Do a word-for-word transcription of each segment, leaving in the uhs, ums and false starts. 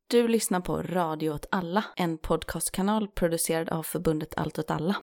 Du lyssnar på Radio åt alla, en podcastkanal producerad av förbundet Allt åt alla.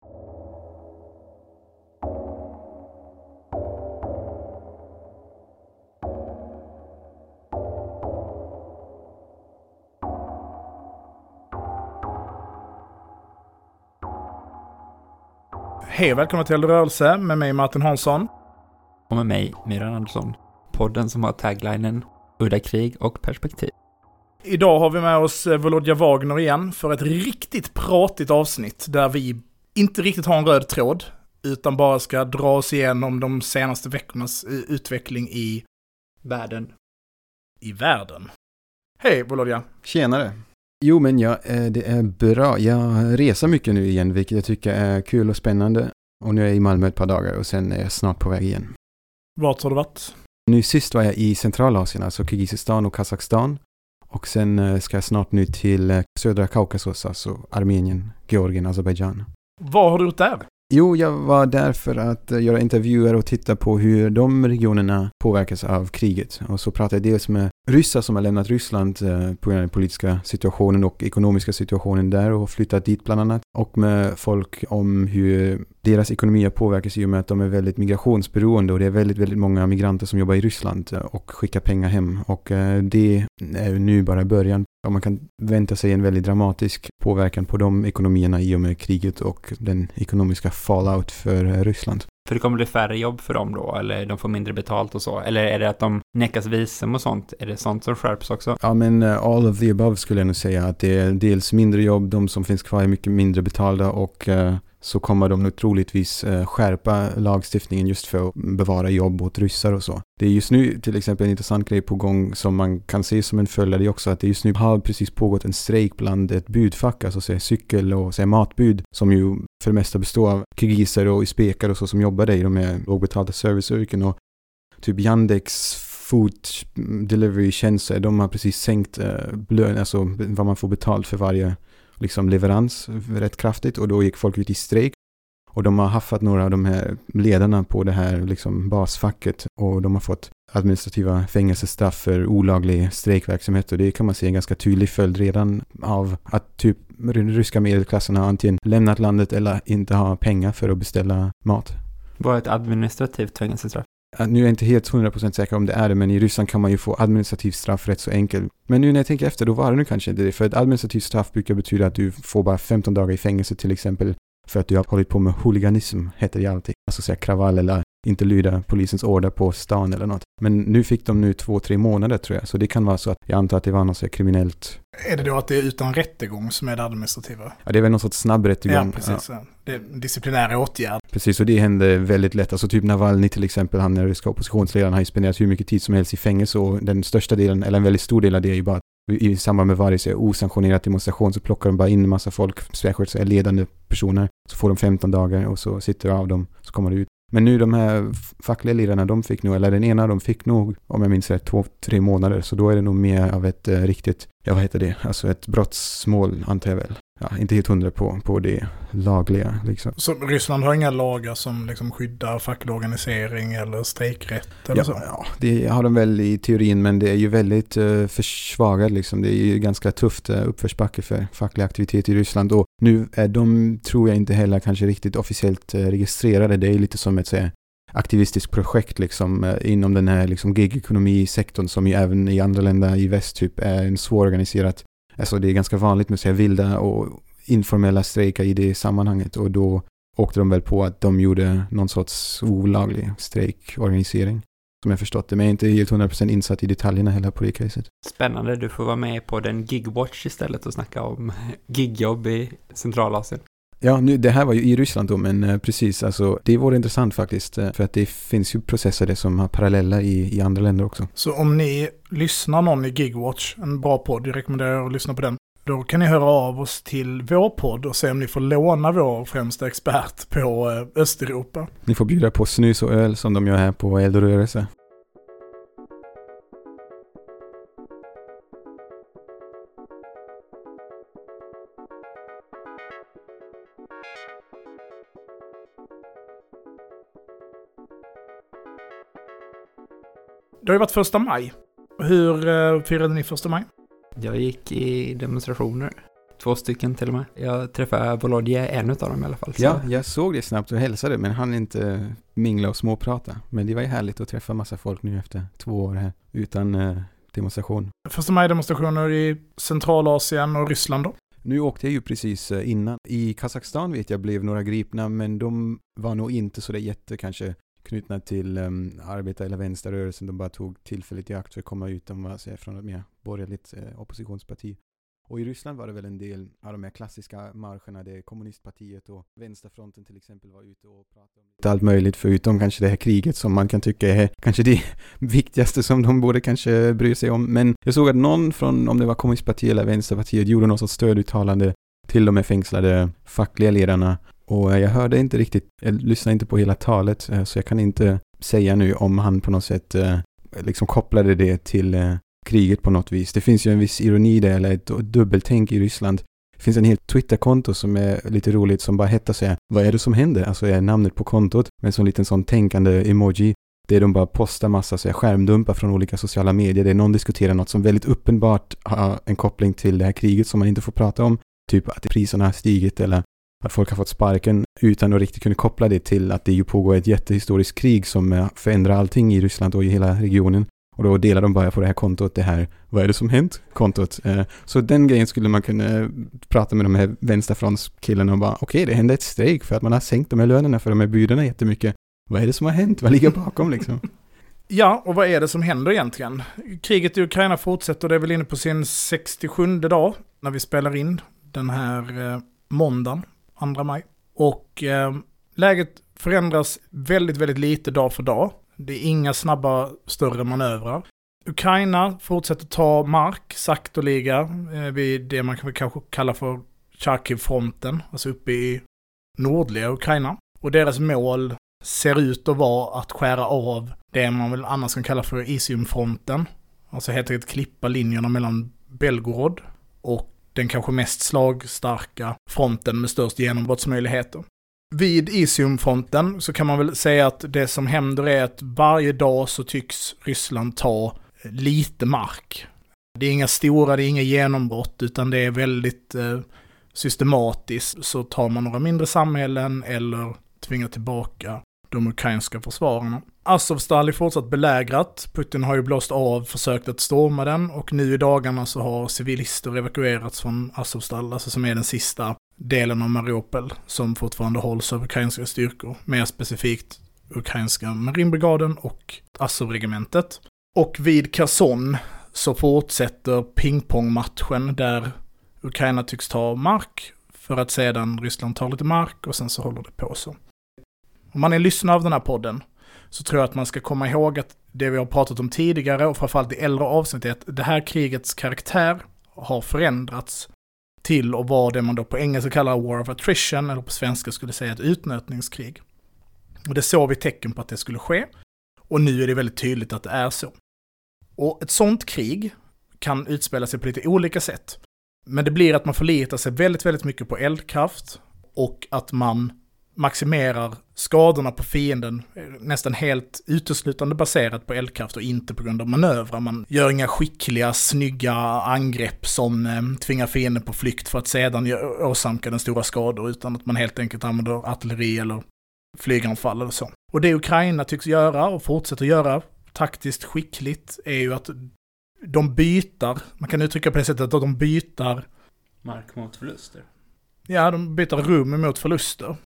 Hej och välkommen till Rörelse med mig Martin Hansson. Och med mig Myran Andersson. Podden som har taglinen Udda krig och perspektiv. Idag har vi med oss Volodja Wagner igen för ett riktigt pratigt avsnitt där vi inte riktigt har en röd tråd utan bara ska dra oss igenom de senaste veckornas utveckling i världen. I världen. Hej Volodja. Tjenare. Jo men ja, det är bra. Jag reser mycket nu igen vilket jag tycker är kul och spännande. Och nu är jag i Malmö ett par dagar och sen är jag snart på väg igen. Vart har du varit? Nu sist var jag i Centralasien, alltså Kirgizistan och Kazakstan. Och sen ska jag snart nu till södra Kaukasus, alltså Armenien, Georgien, Azerbaijan. Vad har du gjort där? Jo, jag var där för att göra intervjuer och titta på hur de regionerna påverkas av kriget. Och så pratade jag dels med ryssar som har lämnat Ryssland på grund av den politiska situationen och ekonomiska situationen där och flyttat dit bland annat. Och med folk om hur deras ekonomier påverkas i och med att de är väldigt migrationsberoende och det är väldigt, väldigt många migranter som jobbar i Ryssland och skickar pengar hem. Och det är nu bara början. Och man kan vänta sig en väldigt dramatisk påverkan på de ekonomierna i och med kriget och den ekonomiska fallout för Ryssland. För det kommer bli färre jobb för dem då? Eller de får mindre betalt och så? Eller är det att de nekas visum och sånt? Är det sånt som skärps också? Ja, men all of the above skulle jag nog säga. Att det är dels mindre jobb, de som finns kvar är mycket mindre betalda och uh, så kommer de nog troligtvis uh, skärpa lagstiftningen just för att bevara jobb åt ryssar och så. Det är just nu till exempel en intressant grej på gång som man kan se som en följd av det också, att det just nu har precis pågått en strejk bland ett budfack, alltså så cykel och så matbud som ju för det mesta består av kirgiser och uzbekar och så som jobbar där i de här lågbetalda serviceyrken och typ Yandex food delivery tjänster, de har precis sänkt uh, lön, alltså vad man får betalt för varje liksom leverans rätt kraftigt och då gick folk ut i strejk. Och de har haffat några av de här ledarna på det här liksom basfacket och de har fått administrativa fängelsestraff för olaglig strejkverksamhet och det kan man se en ganska tydlig följd redan av att typ ryska medelklassen har antingen lämnat landet eller inte har pengar för att beställa mat. Vad är ett administrativt fängelsestraff? Nu är jag inte helt hundra procent säker om det är det, men i Ryssland kan man ju få administrativt straff rätt så enkelt. Men nu när jag tänker efter, då var det nu kanske inte det. För ett administrativt straff brukar betyda att du får bara femton dagar i fängelse till exempel för att du har hållit på med huliganism, heter det alltid. Alltså säga kravall eller inte lyda polisens order på stan eller något. Men nu fick de nu två, tre månader tror jag. Så det kan vara så att jag antar att det var något så kriminellt. Är det då att det är utan rättegång som är det administrativa? Ja, det är väl någon sorts snabb rättegång. Ja, precis. Ja. Det är en disciplinär åtgärd. Precis, och det händer väldigt lätt. Alltså typ Navalny till exempel, han är ryska oppositionsledaren, har ju spenderat hur mycket tid som helst i fängelse och den största delen, eller en väldigt stor del av det är ju bara att i samband med varje så osanktionerat demonstration så plockar de bara in en massa folk, särskilt så ledande personer, så får de femton dagar och så sitter av dem, så kommer det ut. Men nu de här fackliga ledarna, de fick nog, eller den ena de fick nog, om jag minns rätt, två, tre månader. Så då är det nog mer av ett eh, riktigt, ja vad heter det, alltså ett brottsmål antar jag väl. Ja, inte helt hundra på, på det lagliga liksom. Så Ryssland har inga lagar som liksom skyddar facklig organisering eller strejkrätt eller ja, så? Ja, det har de väl i teorin, men det är ju väldigt uh, försvagat liksom. Det är ju ganska tufft uh, uppförsbacke för facklig aktivitet i Ryssland och nu är de, tror jag inte heller kanske riktigt officiellt uh, registrerade. Det är lite som ett säga aktivistiskt projekt liksom uh, inom den här liksom gig-ekonomi-sektorn som ju även i andra länder i väst typ är en svårorganiserat. Alltså det är ganska vanligt med att säga vilda och informella strejkar i det sammanhanget och då åkte de väl på att de gjorde någon sorts olaglig strejkorganisering som jag förstått det, men jag är inte helt hundra procent insatt i detaljerna heller på det caset. Spännande, du får vara med på den Gigwatch istället och snacka om gigjobb i Centralasien. Ja, nu, det här var ju i Ryssland då, men eh, precis, alltså det vore intressant faktiskt eh, för att det finns ju processer det som har paralleller i, i andra länder också. Så om ni lyssnar någon i Gigwatch, en bra podd, jag rekommenderar att lyssna på den, då kan ni höra av oss till vår podd och se om ni får låna vår främsta expert på eh, Östeuropa. Ni får bjuda på snus och öl som de gör här på Eldrörelse. Det har ju varit första maj. Hur uh, firade ni första maj? Jag gick i demonstrationer. Två stycken till och med. Jag träffade Volodja, en av dem i alla fall. Så. Ja, jag såg det snabbt och hälsade, men han inte mingla och småprata. Men det var ju härligt att träffa massa folk nu efter två år här utan eh, demonstration. Första maj-demonstrationer i Centralasien och Ryssland då? Nu åkte jag ju precis innan. I Kazakstan vet jag blev några gripna, men de var nog inte så där jätte kanske knutna till um, arbeta- eller vänsterrörelsen. De bara tog tillfälligt i akt för att komma ut de var, så från ett mer borgerligt eh, oppositionsparti. Och i Ryssland var det väl en del av de här klassiska marscherna där kommunistpartiet och vänsterfronten till exempel var ute och pratade om allt möjligt förutom kanske det här kriget som man kan tycka är kanske det viktigaste som de borde kanske bry sig om. Men jag såg att någon från, om det var kommunistpartiet eller vänsterpartiet, gjorde något sorts stöduttalande till de här fängslade fackliga ledarna. Och jag hörde inte riktigt, jag lyssnade inte på hela talet så jag kan inte säga nu om han på något sätt liksom kopplade det till kriget på något vis. Det finns ju en viss ironi där, eller ett dubbeltänk i Ryssland. Det finns en helt Twitterkonto som är lite roligt som bara heter så här, vad är det som händer? Alltså är namnet på kontot med en sån liten sån tänkande emoji. Det är de bara postar massa så här, skärmdumpar från olika sociala medier. Det är någon diskuterar något som väldigt uppenbart har en koppling till det här kriget som man inte får prata om. Typ att priserna har stigit eller att folk har fått sparken utan att riktigt kunna koppla det till att det ju pågår ett jättehistoriskt krig som förändrar allting i Ryssland och i hela regionen. Och då delar de bara på det här kontot det här, vad är det som hänt? Kontot. Så den grejen skulle man kunna prata med de här vänsterfrontskillarna och bara, okej, okay, det hände ett strejk för att man har sänkt de här lönerna för de här bydarna jättemycket. Vad är det som har hänt? Vad ligger bakom liksom? Ja, och vad är det som händer egentligen? Kriget i Ukraina fortsätter, det är väl inne på sin sextiosjunde dag när vi spelar in den här eh, måndagen, andra maj. Och eh, läget förändras väldigt, väldigt lite dag för dag. Det är inga snabba, större manövrar. Ukraina fortsätter ta mark, sakteliga, eh, vid det man kan kanske kalla för Charkiv-fronten, alltså uppe i nordliga Ukraina. Och deras mål ser ut att vara att skära av det man väl annars kan kalla för Iziumfronten. Alltså helt enkelt klippa linjerna mellan Belgorod och den kanske mest slagstarka fronten med störst genombrottsmöjligheter. Vid Iziumfronten så kan man väl säga att det som händer är att varje dag så tycks Ryssland ta lite mark. Det är inga stora, det är inga genombrott utan det är väldigt eh, systematiskt. Så tar man några mindre samhällen eller tvingar tillbaka de ukrainska försvararna. Azovstal är fortsatt belägrat. Putin har ju blåst av försökt att storma den och nu i dagarna så har civilister evakuerats från Azovstal, alltså som är den sista delen av Mariupol som fortfarande hålls av ukrainska styrkor. Mer specifikt ukrainska marinbrigaden och Azov-regementet. Och vid Kherson så fortsätter pingpongmatchen där Ukraina tycks ta mark för att sedan Ryssland tar lite mark och sen så håller det på så. Om man är lyssnare av den här podden så tror jag att man ska komma ihåg att det vi har pratat om tidigare och framförallt i äldre avsnitt är att det här krigets karaktär har förändrats till att vara det man då på engelska kallar war of attrition eller på svenska skulle säga ett utnötningskrig. Och det såg vi tecken på att det skulle ske och nu är det väldigt tydligt att det är så. Och ett sånt krig kan utspela sig på lite olika sätt. Men det blir att man förlitar sig väldigt, väldigt mycket på eldkraft och att man maximerar skadorna på fienden nästan helt uteslutande baserat på eldkraft och inte på grund av manövrar. Man gör inga skickliga, snygga angrepp som eh, tvingar fienden på flykt för att sedan åsamka den stora skador utan att man helt enkelt använder artilleri eller flyganfall eller så. Och det Ukraina tycks göra och fortsätter göra taktiskt skickligt är ju att de byter, man kan uttrycka på det sättet att de byter mark mot förluster. Ja, de byter rum mot förluster.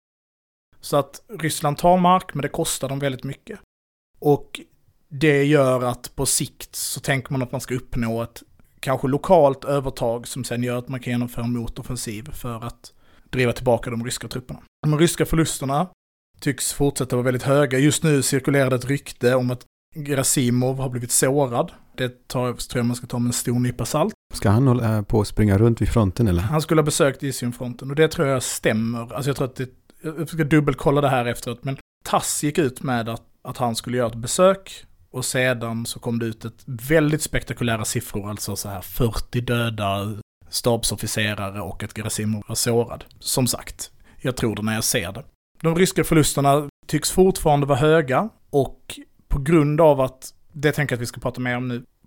Så att Ryssland tar mark, men det kostar dem väldigt mycket. Och det gör att på sikt så tänker man att man ska uppnå ett kanske lokalt övertag som sen gör att man kan genomföra en motoffensiv för att driva tillbaka de ryska trupperna. De ryska förlusterna tycks fortsätta vara väldigt höga. Just nu cirkulerar det ett rykte om att Gerasimov har blivit sårad. Det tar, tror jag man ska ta med en stor nypa salt. Ska han hålla på att springa runt vid fronten eller? Han skulle ha besökt Iziumfronten och det tror jag stämmer. Alltså jag tror att det, jag ska dubbelkolla det här efteråt, men Tass gick ut med att, att han skulle göra ett besök och sedan så kom det ut ett väldigt spektakulära siffror, alltså så här fyrtio döda stabsofficerare och att Gerasimov var sårad. Som sagt, jag tror det när jag ser det. De ryska förlusterna tycks fortfarande vara höga och på grund av att, det tänker jag att vi ska prata mer om nu,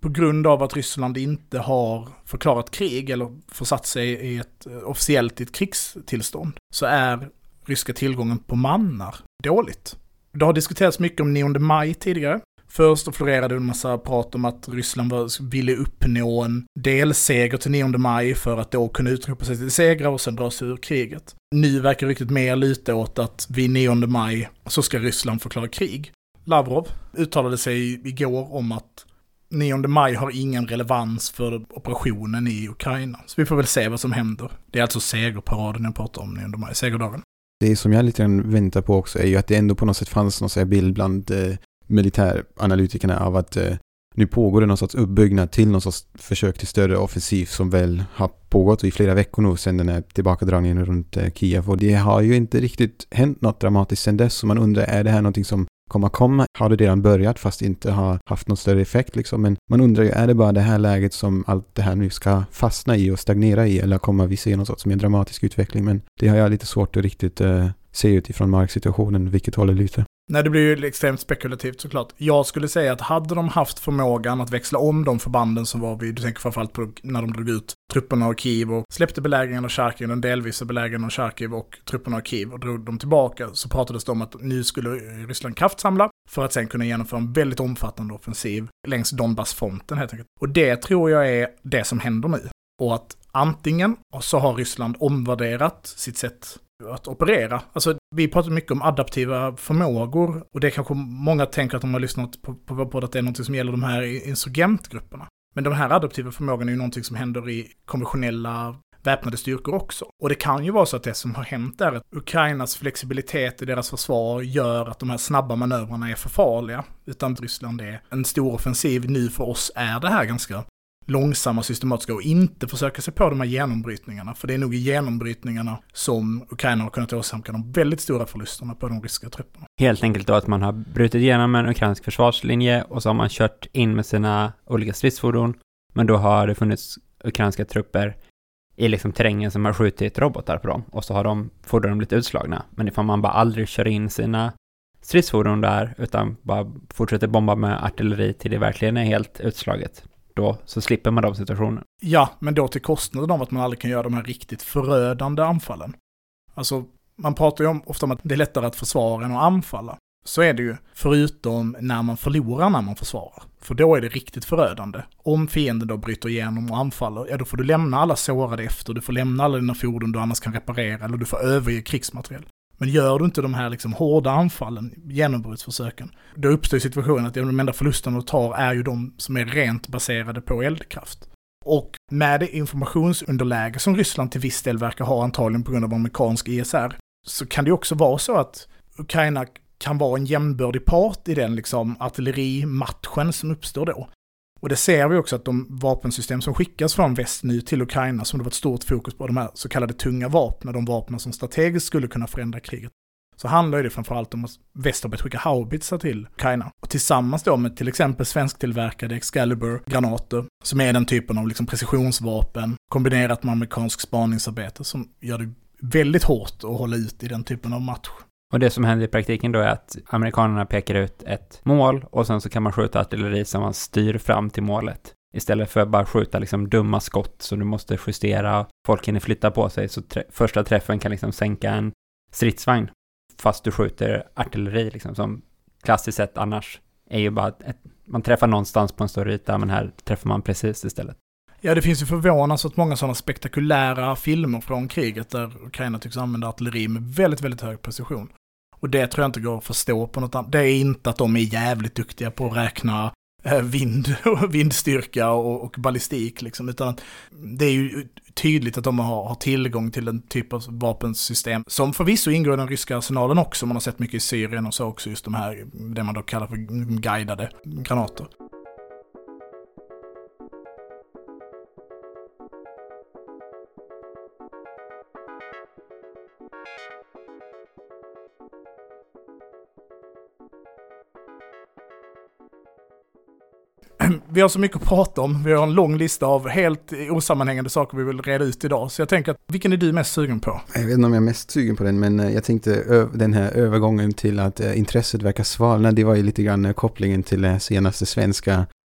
på grund av att Ryssland inte har förklarat krig eller försatt sig i ett officiellt i ett krigstillstånd, så är ryska tillgången på mannar dåligt. Det har diskuterats mycket om nionde maj tidigare. Först florerade en massa prat om att Ryssland var, ville uppnå en delseger till nionde maj för att då kunna utropa sig till segrar och sen dra sig ur kriget. Nu verkar riktigt mer luta åt att vid nionde maj så ska Ryssland förklara krig. Lavrov uttalade sig igår om att nionde maj har ingen relevans för operationen i Ukraina. Så vi får väl se vad som händer. Det är alltså segerparaden jag pratar om, nionde maj, segerdagen. Det som jag lite grann väntar på också är ju att det ändå på något sätt fanns någon sån här bild bland eh, militäranalytikerna av att eh, nu pågår det någon sorts uppbyggnad till någon sorts försök till större offensiv som väl har pågått i flera veckor nu sedan den här tillbakadragningen runt eh, Kiev. Och det har ju inte riktigt hänt något dramatiskt sedan dess, så man undrar, är det här någonting som kommer komma? Har det redan börjat fast inte har haft någon större effekt liksom? Men man undrar ju, är det bara det här läget som allt det här nu ska fastna i och stagnera i, eller kommer vi se något sorts mer dramatisk utveckling? Men det har jag lite svårt att riktigt eh, se utifrån marksituationen, vilket håller lite. Nej, det blir ju extremt spekulativt såklart. Jag skulle säga att hade de haft förmågan att växla om de förbanden som var vid, du tänker framförallt på när de drog ut trupperna av Kiev och släppte belägringen av Charkiv, den delvisa belägringen av Charkiv och trupperna av Kiev och drog dem tillbaka, så pratades det om att nu skulle Ryssland kraftsamla för att sen kunna genomföra en väldigt omfattande offensiv längs Donbassfronten helt enkelt. Och det tror jag är det som händer nu. Och att antingen så har Ryssland omvärderat sitt sätt att operera. Alltså, vi pratar mycket om adaptiva förmågor och det kanske många tänker att de har lyssnat på, på, på att det är något som gäller de här insurgentgrupperna. Men de här adaptiva förmågorna är ju någonting som händer i konventionella väpnade styrkor också. Och det kan ju vara så att det som har hänt är att Ukrainas flexibilitet i deras försvar gör att de här snabba manövrarna är för farliga. Utan Ryssland är en stor offensiv. Nu för oss är det här ganska långsamma, systematiska och inte försöka sig på de här genombrytningarna. För det är nog i genombrytningarna som Ukraina har kunnat åsamka de väldigt stora förlusterna på de ryska trupperna. Helt enkelt då att man har brutit igenom en ukrainsk försvarslinje och så har man kört in med sina olika stridsfordon. Men då har det funnits ukrainska trupper i liksom terrängen som har skjutit robotar på dem. Och så har de fordonen blivit utslagna. Men ifall man bara aldrig kör in sina stridsfordon där utan bara fortsätter bomba med artilleri till det verkligen är helt utslaget, då så slipper man de situationen. Ja, men då till kostnaden av att man aldrig kan göra de här riktigt förödande anfallen. Alltså, man pratar ju om, ofta om att det är lättare att försvara än att anfalla. Så är det ju, förutom när man förlorar när man försvarar. För då är det riktigt förödande. Om fienden då bryter igenom och anfaller, ja då får du lämna alla sårade efter, du får lämna alla dina fordon du annars kan reparera, eller du får överge krigsmateriel. Men gör du inte de här liksom hårda anfallen, genombrutsförsöken, då uppstår situationen att de enda förlusterna du tar är ju de som är rent baserade på eldkraft. Och med det informationsunderläge som Ryssland till viss del verkar ha, antagligen på grund av amerikansk I S R, så kan det också vara så att Ukraina kan vara en jämnbördig part i den liksom artillerimatchen som uppstår då. Och det ser vi också att de vapensystem som skickas från väst nu till Ukraina, som det var ett stort fokus på, de här så kallade tunga vapnen, de vapnen som strategiskt skulle kunna förändra kriget, så handlar det framförallt om att väst har börjat skicka haubitsar till Ukraina. Och tillsammans då med till exempel svensktillverkade Excalibur-granater, som är den typen av liksom precisionsvapen, kombinerat med amerikansk spaningsarbete, som gör det väldigt hårt att hålla ut i den typen av match. Och det som händer i praktiken då är att amerikanerna pekar ut ett mål och sen så kan man skjuta artilleri som man styr fram till målet. Istället för att bara skjuta liksom dumma skott som du måste justera, folk hinner flytta på sig, så trä- första träffen kan liksom sänka en stridsvagn. Fast du skjuter artilleri liksom, som klassiskt sett annars är ju bara ett, man träffar någonstans på en större yta, men här träffar man precis istället. Ja, det finns ju förvånansvärt många sådana spektakulära filmer från kriget där Ukraina tycks använda artilleri med väldigt, väldigt hög precision. Och det tror jag inte går att förstå på något annat. Det är inte att de är jävligt duktiga på att räkna vind, vindstyrka och, och ballistik liksom, utan att det är ju tydligt att de har, har tillgång till en typ av vapensystem som förvisso ingår i den ryska arsenalen också. Man har sett mycket i Syrien och så också, just de här, det man då kallar för guidade granater. Vi har så mycket att prata om. Vi har en lång lista av helt osammanhängande saker vi vill reda ut idag. Så jag tänker att, vilken är du mest sugen på? Jag vet inte om jag är mest sugen på den, men jag tänkte ö- den här övergången till att äh, intresset verkar svalna. Det var ju lite grann kopplingen till äh, senaste svenska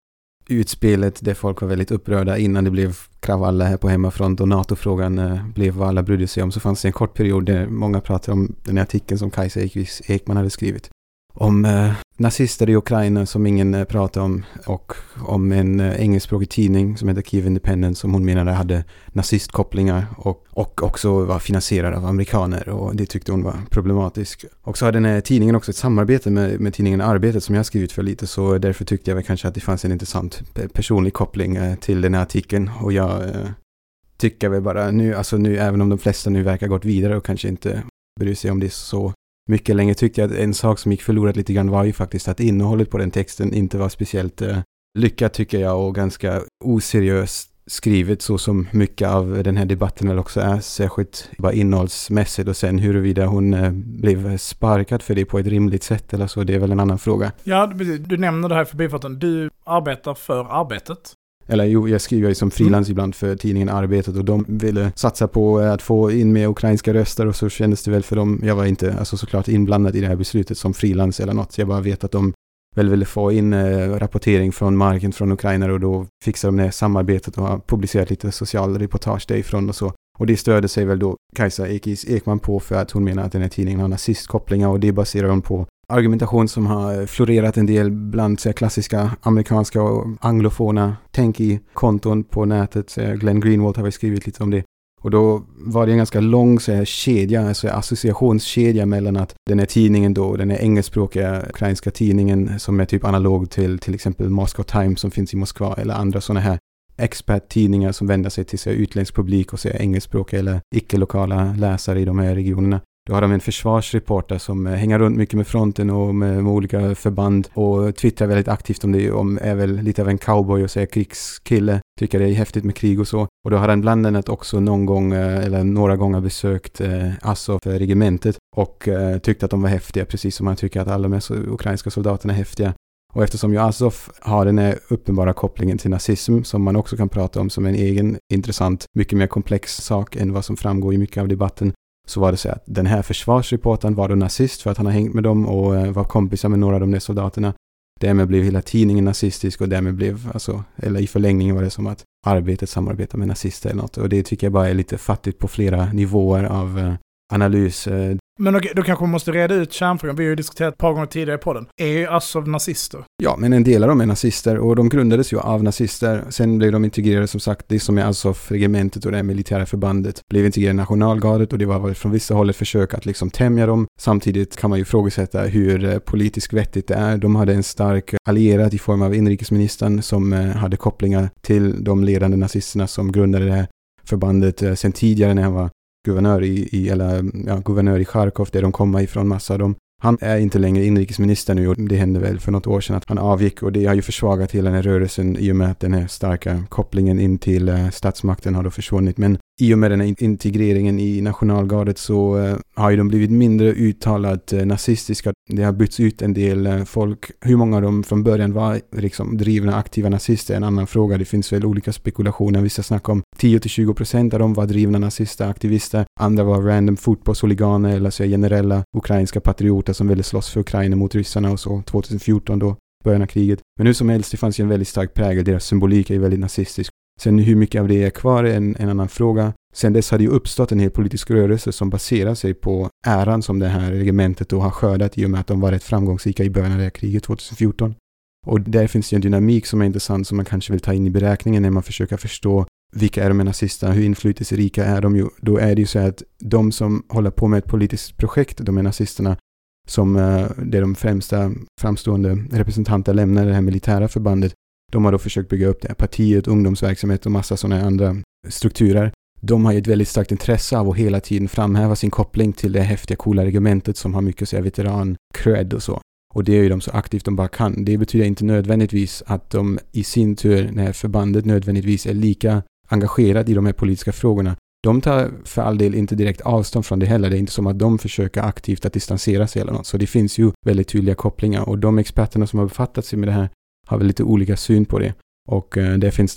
utspelet där folk var väldigt upprörda innan det blev kravaller här på hemmafront och NATO-frågan eh, blev vad alla brydde sig om, så fanns det en kort period där många pratade om den här artikeln som Kajsa Ekis Ekman hade skrivit. Om eh, nazister i Ukraina som ingen eh, pratade om, och om en eh, engelskspråkig tidning som heter Kiev Independent som hon menade hade nazistkopplingar och, och också var finansierad av amerikaner, och det tyckte hon var problematiskt. Och så hade den här tidningen också ett samarbete med, med tidningen Arbetet som jag skrivit för lite, så därför tyckte jag väl kanske att det fanns en intressant personlig koppling eh, till den här artikeln, och jag eh, tycker väl bara nu, alltså nu, även om de flesta nu verkar gått vidare och kanske inte bryr sig om det så mycket längre, tyckte jag att en sak som gick förlorat lite grann var ju faktiskt att innehållet på den texten inte var speciellt eh, lyckat tycker jag, och ganska oseriöst skrivet så som mycket av den här debatten väl också är, särskilt bara innehållsmässigt, och sen huruvida hon eh, blev sparkad för det på ett rimligt sätt eller så, det är väl en annan fråga. Ja, du, du nämner det här förbifarten. Du arbetar för Arbetet. Eller jo, jag skriver ju som frilans mm. ibland för tidningen Arbetet, och de ville satsa på att få in mer ukrainska röster, och så kändes det väl för dem, jag var inte alltså såklart inblandad i det här beslutet som frilans eller något, jag bara vet att de väl ville få in eh, rapportering från marken från Ukraina, och då fixade de det samarbetet och har publicerat lite social reportage därifrån och så. Och det stödde sig väl då Kajsa Ekis Ekman på, för att hon menar att den här tidningen har nazistkopplingar, och det baserar hon på argumentation som har florerat en del bland så här, klassiska amerikanska och anglofona tänk i konton på nätet. Så här, Glenn Greenwald har väl skrivit lite om det. Och då var det en ganska lång så här, kedja, alltså associationskedja mellan att den här tidningen då, den här engelskspråkiga ukrainska tidningen som är typ analog till till exempel Moscow Times som finns i Moskva, eller andra sådana här experttidningar som vänder sig till så här, utländsk publik och så här, engelskspråkiga eller icke-lokala läsare i de här regionerna. Då har de en försvarsreporter som hänger runt mycket med fronten och med, med olika förband och twittrar väldigt aktivt om det, om är väl lite av en cowboy och säger krigskille, tycker det är häftigt med krig och så. Och då har han bland annat också någon gång eller några gånger besökt eh, Azov-regementet och eh, tyckt att de var häftiga, precis som han tycker att alla de ukrainska soldaterna är häftiga. Och eftersom ju Azov har den här uppenbara kopplingen till nazism som man också kan prata om som en egen intressant, mycket mer komplex sak än vad som framgår i mycket av debatten, så var det så att den här försvarsreportern var då nazist för att han har hängt med dem och var kompisar med några av de där soldaterna. Därmed blev hela tidningen nazistisk och därmed blev, alltså, eller i förlängningen var det som att Arbetet samarbetar med nazister eller något. Och det tycker jag bara är lite fattigt på flera nivåer av eh, analys. Eh. Men då, då kanske man måste reda ut kärnfrågan. Vi har ju diskuterat ett par gånger tidigare på den. Är ju Azov nazister? Ja, men en del av dem är nazister och de grundades ju av nazister. Sen blev de integrerade, som sagt, det som är Azov-regementet och det militära förbandet blev integrerade i nationalgardet, och det var väl från vissa håll ett försök att liksom tämja dem. Samtidigt kan man ju ifrågasätta hur politiskt vettigt det är. De hade en stark allierad i form av inrikesministern som hade kopplingar till de ledande nazisterna som grundade det här förbandet sen tidigare när han var guvernör i, i, eller, ja, guvernör i Charkov, där de kommer ifrån massa av dem. Han är inte längre inrikesminister nu, och det hände väl för något år sedan att han avgick, och det har ju försvagat hela den här rörelsen i och med att den här starka kopplingen in till uh, statsmakten har då försvunnit. Men i och med den här integreringen i nationalgardet så uh, har ju de blivit mindre uttalat uh, nazistiska. Det har bytts ut en del uh, folk. Hur många av dem från början var liksom drivna aktiva nazister är en annan fråga. Det finns väl olika spekulationer. Vissa snackar om tio till tjugo procent av dem var drivna nazister, aktivister. Andra var random fotbollshuliganer eller så generella ukrainska patrioter som ville slåss för Ukraina mot ryssarna och så tjugohundrafjorton då, början av kriget. Men nu som helst, det fanns ju en väldigt stark prägel, deras symbolik är ju väldigt nazistisk. Sen hur mycket av det är kvar är en, en annan fråga. Sen dess hade ju uppstått en hel politisk rörelse som baserar sig på äran som det här regementet då har skördat i och med att de var rätt framgångsrika i början av det här kriget tjugohundrafjorton. Och där finns ju en dynamik som är intressant som man kanske vill ta in i beräkningen när man försöker förstå vilka är de här nazisterna, hur inflytelserika är de ju. Då är det ju så att de som håller på med ett politiskt projekt, de här nazisterna, som uh, det är de främsta framstående representanter lämnar det här militära förbandet, de har då försökt bygga upp det här partiet, ungdomsverksamhet och massa sådana andra strukturer. De har ju ett väldigt starkt intresse av att hela tiden framhäva sin koppling till det häftiga coola regementet som har mycket så här veteran-cred och så. Och det är ju de så aktivt de bara kan. Det betyder inte nödvändigtvis att de i sin tur, när förbandet nödvändigtvis är lika engagerat i de här politiska frågorna. De tar för all del inte direkt avstånd från det heller. Det är inte som att de försöker aktivt att distansera sig eller något. Så det finns ju väldigt tydliga kopplingar. Och de experterna som har befattat sig med det här har väl lite olika syn på det. Och eh, där finns det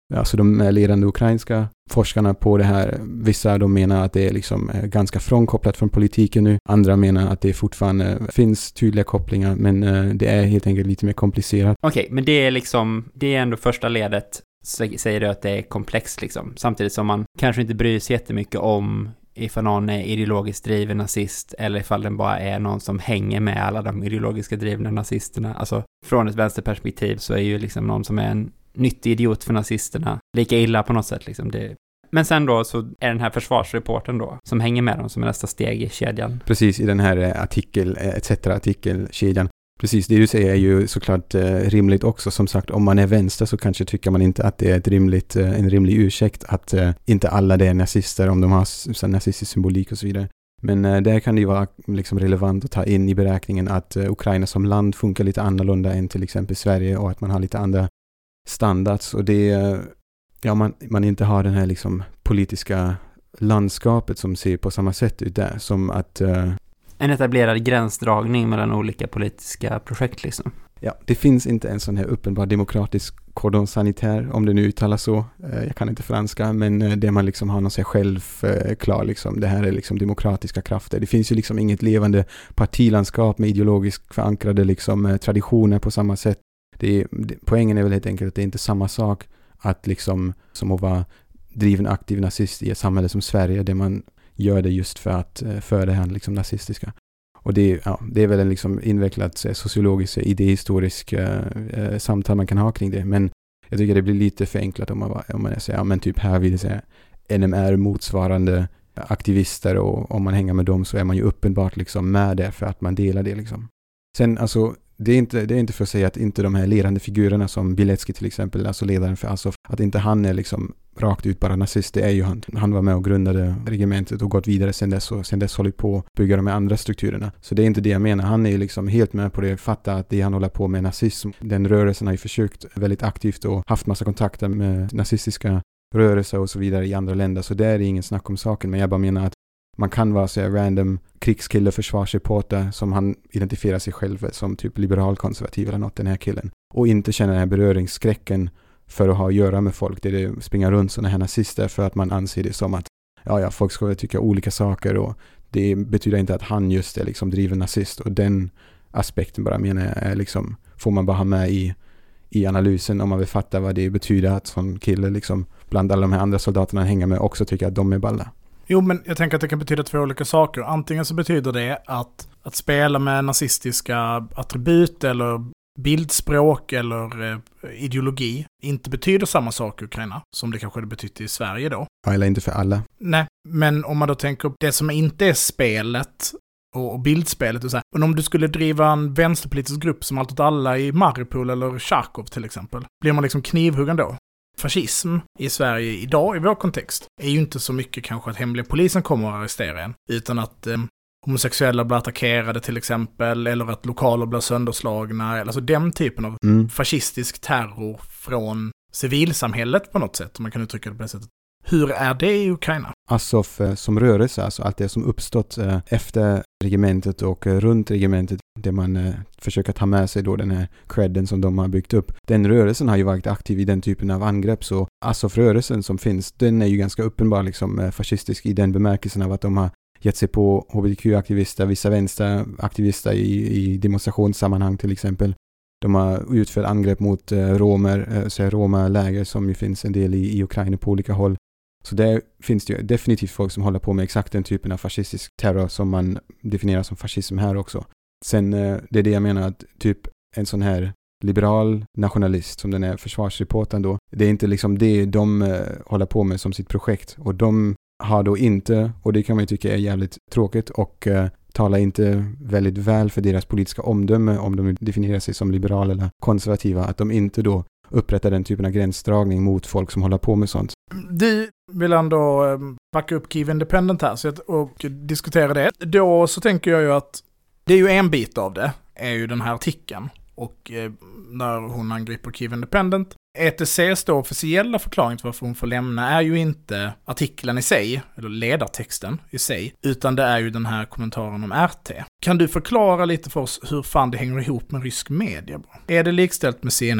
Alltså de ledande ukrainska forskarna på det här, vissa de menar att det är liksom ganska frånkopplat från politiken nu. Andra menar att det fortfarande finns tydliga kopplingar, men det är helt enkelt lite mer komplicerat. Okej, okay, men det är liksom, det är ändå första ledet, säger du att det är komplext liksom. Samtidigt som man kanske inte bryr sig jättemycket om ifall någon är ideologiskt driven nazist eller ifall den bara är någon som hänger med alla de ideologiska drivna nazisterna. Alltså från ett vänsterperspektiv så är ju liksom någon som är en nyttig idiot för nazisterna lika illa på något sätt liksom. Det... Men sen då så är den här försvarsreporten då som hänger med dem som är nästa steg i kedjan. Precis, i den här artikel, et cetera artikelkedjan. Precis, det du säger är ju såklart eh, rimligt också. Som sagt, om man är vänster så kanske tycker man inte att det är ett rimligt, eh, en rimlig ursäkt att eh, inte alla det är nazister om de har så, nazistisk symbolik och så vidare. Men eh, där kan det ju vara liksom relevant att ta in i beräkningen att eh, Ukraina som land funkar lite annorlunda än till exempel Sverige och att man har lite andra standards och det eh, ja, man, man inte har den här liksom politiska landskapet som ser på samma sätt ut där som att eh, en etablerad gränsdragning mellan olika politiska projekt liksom. Ja, det finns inte en sån här uppenbar demokratisk cordon sanitaire, om det nu uttalas så. Jag kan inte franska, men det man liksom har någon sig själv klar liksom. Det här är liksom demokratiska krafter. Det finns ju liksom inget levande partilandskap med ideologiskt förankrade liksom traditioner på samma sätt. Det är, det, poängen är väl helt enkelt att det är inte samma sak att liksom som att vara driven aktiv nazist i ett samhälle som Sverige där man gör det just för att för det här liksom nazistiska. Och det, ja, det är väl en liksom invecklat sociologisk, idéhistorisk eh, samtal man kan ha kring det. Men jag tycker det blir lite förenklat om man, om man säger, ja men typ här vill det säga N M R motsvarande aktivister och om man hänger med dem så är man ju uppenbart liksom med det för att man delar det liksom. Sen alltså, det är inte, det är inte för att säga att inte de här ledande figurerna som Bilecki till exempel, alltså ledaren för Azov, att inte han är liksom rakt ut bara nazist, det är ju han. Han var med och grundade regementet och gått vidare sen dess och sen dess hållit på att bygga de här andra strukturerna. Så det är inte det jag menar. Han är ju liksom helt med på det, fatta att det han håller på med nazism, den rörelsen har ju försökt väldigt aktivt och haft massa kontakter med nazistiska rörelser och så vidare i andra länder, så det är ingen snack om saken, men jag bara menar att man kan vara så här random krigskille, försvarsreporter som han identifierar sig själv som typ liberal-konservativ eller något, den här killen. Och inte känna den här beröringsskräcken för att ha att göra med folk där det springer runt sådana här nazister för att man anser det som att ja, ja, folk ska tycka olika saker och det betyder inte att han just är liksom driven nazist och den aspekten bara menar jag är liksom, får man bara ha med i, i analysen om man vill fatta vad det betyder att sån kille liksom bland alla de här andra soldaterna hänger med också tycker att de är balla. Jo, men jag tänker att det kan betyda två olika saker. Antingen så betyder det att, att spela med nazistiska attribut eller bildspråk eller eh, ideologi inte betyder samma sak i Ukraina som det kanske hade betytt i Sverige då. Ja, eller inte för alla. Nej, men om man då tänker det som inte är spelet och, och bildspelet och så här. Men om du skulle driva en vänsterpolitisk grupp som Allt åt alla i Mariupol eller Charkov till exempel, blir man liksom knivhuggen då? Fascism i Sverige idag i vår kontext är ju inte så mycket kanske att hemliga polisen kommer att arrestera en, utan att eh, homosexuella blir attackerade till exempel, eller att lokaler blir sönderslagna, eller alltså den typen av mm. fascistisk terror från civilsamhället på något sätt, om man kan uttrycka det på det sättet. Hur är det i Ukraina? Azov som rörelse, alltså allt det som uppstått eh, efter regementet och eh, runt regementet, det man eh, försöker ta med sig då den här credden som de har byggt upp. Den rörelsen har ju varit aktiv i den typen av angrepp, så Azov-rörelsen som finns, den är ju ganska uppenbar liksom eh, fascistisk i den bemärkelsen av att de har gett sig på H B T Q-aktivister, vissa vänsteraktivister i, i demonstrationssammanhang till exempel. De har utfört angrepp mot eh, romer, eh, så romerläger som ju finns en del i, i Ukraina på olika håll. Så där finns det ju definitivt folk som håller på med exakt den typen av fascistisk terror som man definierar som fascism här också. Sen eh, det är det jag menar att typ en sån här liberal nationalist som den är försvarsreportern då, det är inte liksom det de eh, håller på med som sitt projekt, och de har då inte, och det kan man ju tycka är jävligt tråkigt och eh, talar inte väldigt väl för deras politiska omdöme om de definierar sig som liberala eller konservativa, att de inte då upprättar den typen av gränsdragning mot folk som håller på med sånt. Du vill ändå eh, backa upp Kyiv Independent här så att, och diskutera det. Då så tänker jag ju att det är ju en bit av det, är ju den här artikeln. Och eh, när hon angriper Kyiv Independent. E T C:s då officiella förklaring till varför hon får lämna är ju inte artikeln i sig, eller ledartexten i sig, utan det är ju den här kommentaren om R T. Kan du förklara lite för oss hur fan det hänger ihop med rysk media? Är det likställt med C N N?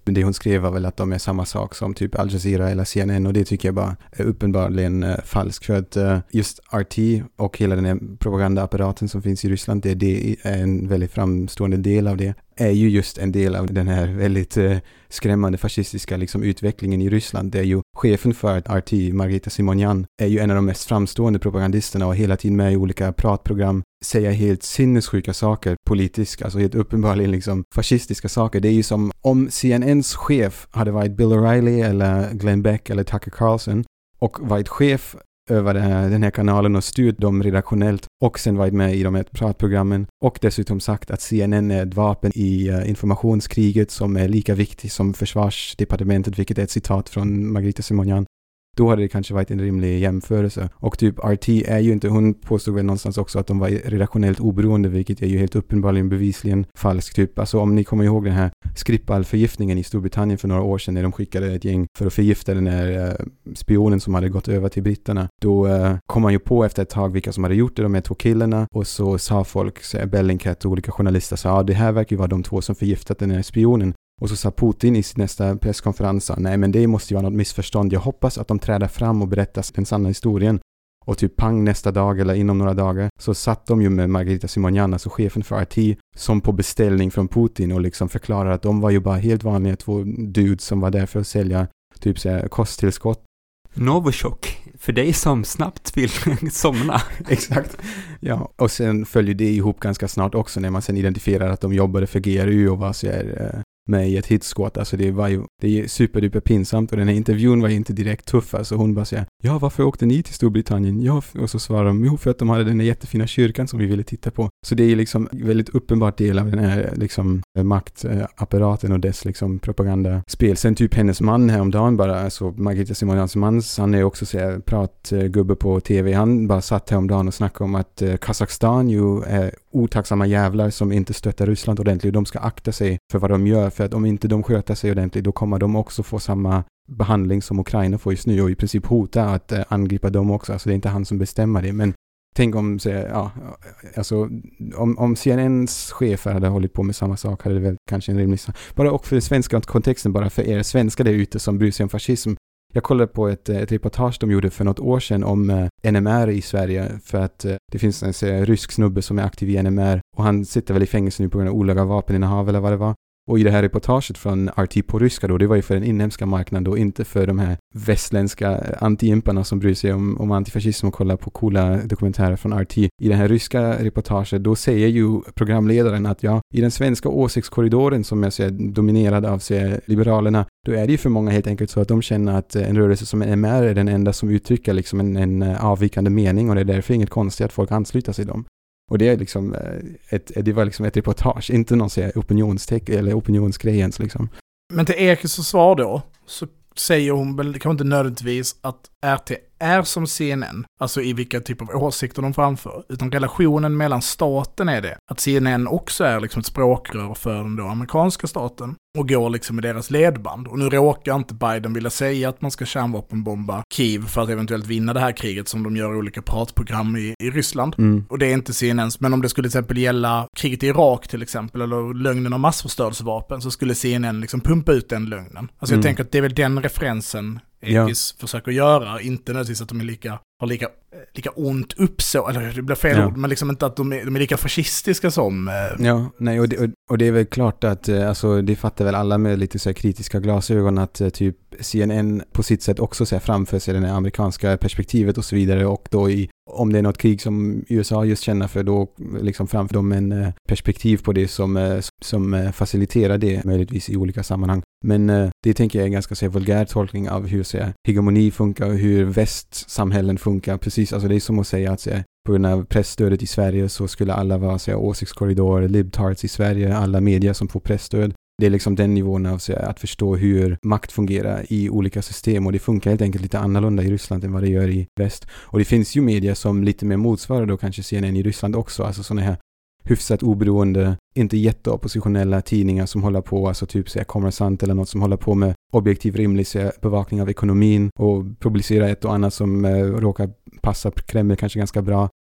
det hon skrev var väl att de är samma sak som typ Al Jazeera eller C N N, och det tycker jag bara är uppenbarligen uh, falskt, för att uh, just R T och hela den här propagandaapparaten som finns i Ryssland, det, det är en väldigt framstående del av det, är ju just en del av den här väldigt uh, skrämmande fascistiska liksom, utvecklingen i Ryssland. Det är ju chefen för R T, Margarita Simonyan, är ju en av de mest framstående propagandisterna och hela tiden med i olika pratprogram, säger helt sinnessjuka saker politiskt, alltså helt uppenbarligen liksom fascistiska saker. Det är ju som om C N N:s chef hade varit Bill O'Reilly eller Glenn Beck eller Tucker Carlson och varit chef över den här, den här kanalen och styrt dem redaktionellt och sen varit med i de här pratprogrammen och dessutom sagt att C N N är ett vapen i uh, informationskriget som är lika viktigt som försvarsdepartementet, vilket är ett citat från Margarita Simonyan. Då hade det kanske varit en rimlig jämförelse. Och typ R T är ju inte, hon påstod väl någonstans också att de var redaktionellt oberoende, vilket är ju helt uppenbarligen bevisligen falskt. Typ. Alltså om ni kommer ihåg den här Skripal-förgiftningen i Storbritannien för några år sedan när de skickade ett gäng för att förgifta den här uh, spionen som hade gått över till britterna. Då uh, kom man ju på efter ett tag vilka som hade gjort det, de här två killarna, och så sa folk, så Bellingcat och olika journalister sa, ja det här verkar ju vara de två som förgiftat den här spionen. Och så sa Putin i sin nästa presskonferens, nej men det måste ju vara något missförstånd. Jag hoppas att de träder fram och berättar den sanna historien. Och typ pang nästa dag eller inom några dagar så satt de ju med Margarita Simonyan, alltså chefen för R T, som på beställning från Putin och liksom förklarar att de var ju bara helt vanliga två dudes som var där för att sälja typ så här kosttillskott. Novichok, för dig som snabbt vill somna. Exakt. Ja, och sen följer det ihop ganska snart också när man sen identifierar att de jobbade för G R U och var så här, eh, med i ett hitskott. Alltså det var ju det är superduper pinsamt, och den här intervjun var ju inte direkt tuff. Alltså hon bara säger, ja varför åkte ni till Storbritannien? Ja, och så svarar de, jo för att de hade den här jättefina kyrkan som vi ville titta på. Så det är ju liksom väldigt uppenbart del av den här liksom maktapparaten och dess liksom propagandaspel. Sen typ hennes man häromdagen bara, alltså Margarita Simonyans man, han är också så här pratgubbe på tv, han bara satt häromdagen och snackade om att eh, Kazakstan ju är otacksamma jävlar som inte stöttar Ryssland ordentligt, och de ska akta sig för vad de gör, för att om inte de sköter sig ordentligt då kommer de också få samma behandling som Ukraina får just nu och i princip hota att eh, angripa dem också. Alltså det är inte han som bestämmer det, men tänk om, så, ja, alltså, om, om C N N:s chefer hade hållit på med samma sak hade det väl kanske en rimlig sak. Bara och för den svenska kontexten, bara för er svenskar där ute som bryr sig om fascism. Jag kollade på ett, ett reportage de gjorde för något år sedan om eh, N M R i Sverige, för att eh, det finns en så, rysk snubbe som är aktiv i N M R och han sitter väl i fängelse nu på grund av olaga vapeninnehav eller vad det var. Och i det här reportaget från R T på ryska då, det var ju för den inhemska marknaden och inte för de här västländska anti-imparna som bryr sig om, om antifascism och kollar på coola dokumentärer från R T. I det här ryska reportaget då säger ju programledaren att ja, i den svenska åsiktskorridoren som jag säger dominerad av sig, liberalerna, då är det ju för många helt enkelt så att de känner att en rörelse som N M R är den enda som uttrycker liksom en, en avvikande mening, och det är därför inget konstigt att folk ansluter sig dem. Och det är liksom ett, det var liksom ett reportage, inte någon säga opinionsteck eller opinionsgrejens liksom. Men till Ekes svar då, så säger hon väl kanske inte nödvändigtvis att R T är som C N N, alltså i vilka typ av åsikter de framför, utan relationen mellan staten är det. Att C N N också är liksom ett språkrör för den då amerikanska staten och går liksom i deras ledband. Och nu råkar inte Biden vilja säga att man ska kärnvapenbomba Kiev för att eventuellt vinna det här kriget som de gör i olika pratprogram i, i Ryssland. Mm. Och det är inte C N N:s, men om det skulle till exempel gälla kriget i Irak till exempel, eller lögnen om massförstörelsevapen, så skulle C N N liksom pumpa ut den lögnen. Alltså mm. jag tänker att det är väl den referensen Ekis ja. försöker göra, inte nödvändigtvis att de är lika, har lika, lika ont uppså, eller det blir fel ja. ord, men liksom inte att de är, de är lika fascistiska som... Eh. Ja, nej, och det, och, och det är väl klart att, alltså det fattar väl alla med lite så här kritiska glasögon att typ C N N på sitt sätt också så här framför sig det amerikanska perspektivet och så vidare, och då i, om det är något krig som U S A just känner för, då liksom framför dem en perspektiv på det som, som faciliterar det möjligtvis i olika sammanhang. Men det tänker jag är en ganska så här vulgär tolkning av hur så här, hegemoni funkar och hur västsamhällen funkar. Precis, alltså det är som att säga att så här, på grund av pressstödet i Sverige så skulle alla vara så här, åsiktskorridor, libtards i Sverige, alla medier som får pressstöd. Det är liksom den nivån av så här, att förstå hur makt fungerar i olika system, och det funkar helt enkelt lite annorlunda i Ryssland än vad det gör i väst. Och det finns ju medier som lite mer motsvarar då kanske C N N i Ryssland också, alltså sådana här hyfsat oberoende, inte jätteoppositionella tidningar som håller på, alltså typ så här Kommersant eller något som håller på med objektiv rimlig så här, bevakning av ekonomin och publicerar ett och annat som eh, råkar passa Kreml kanske ganska bra.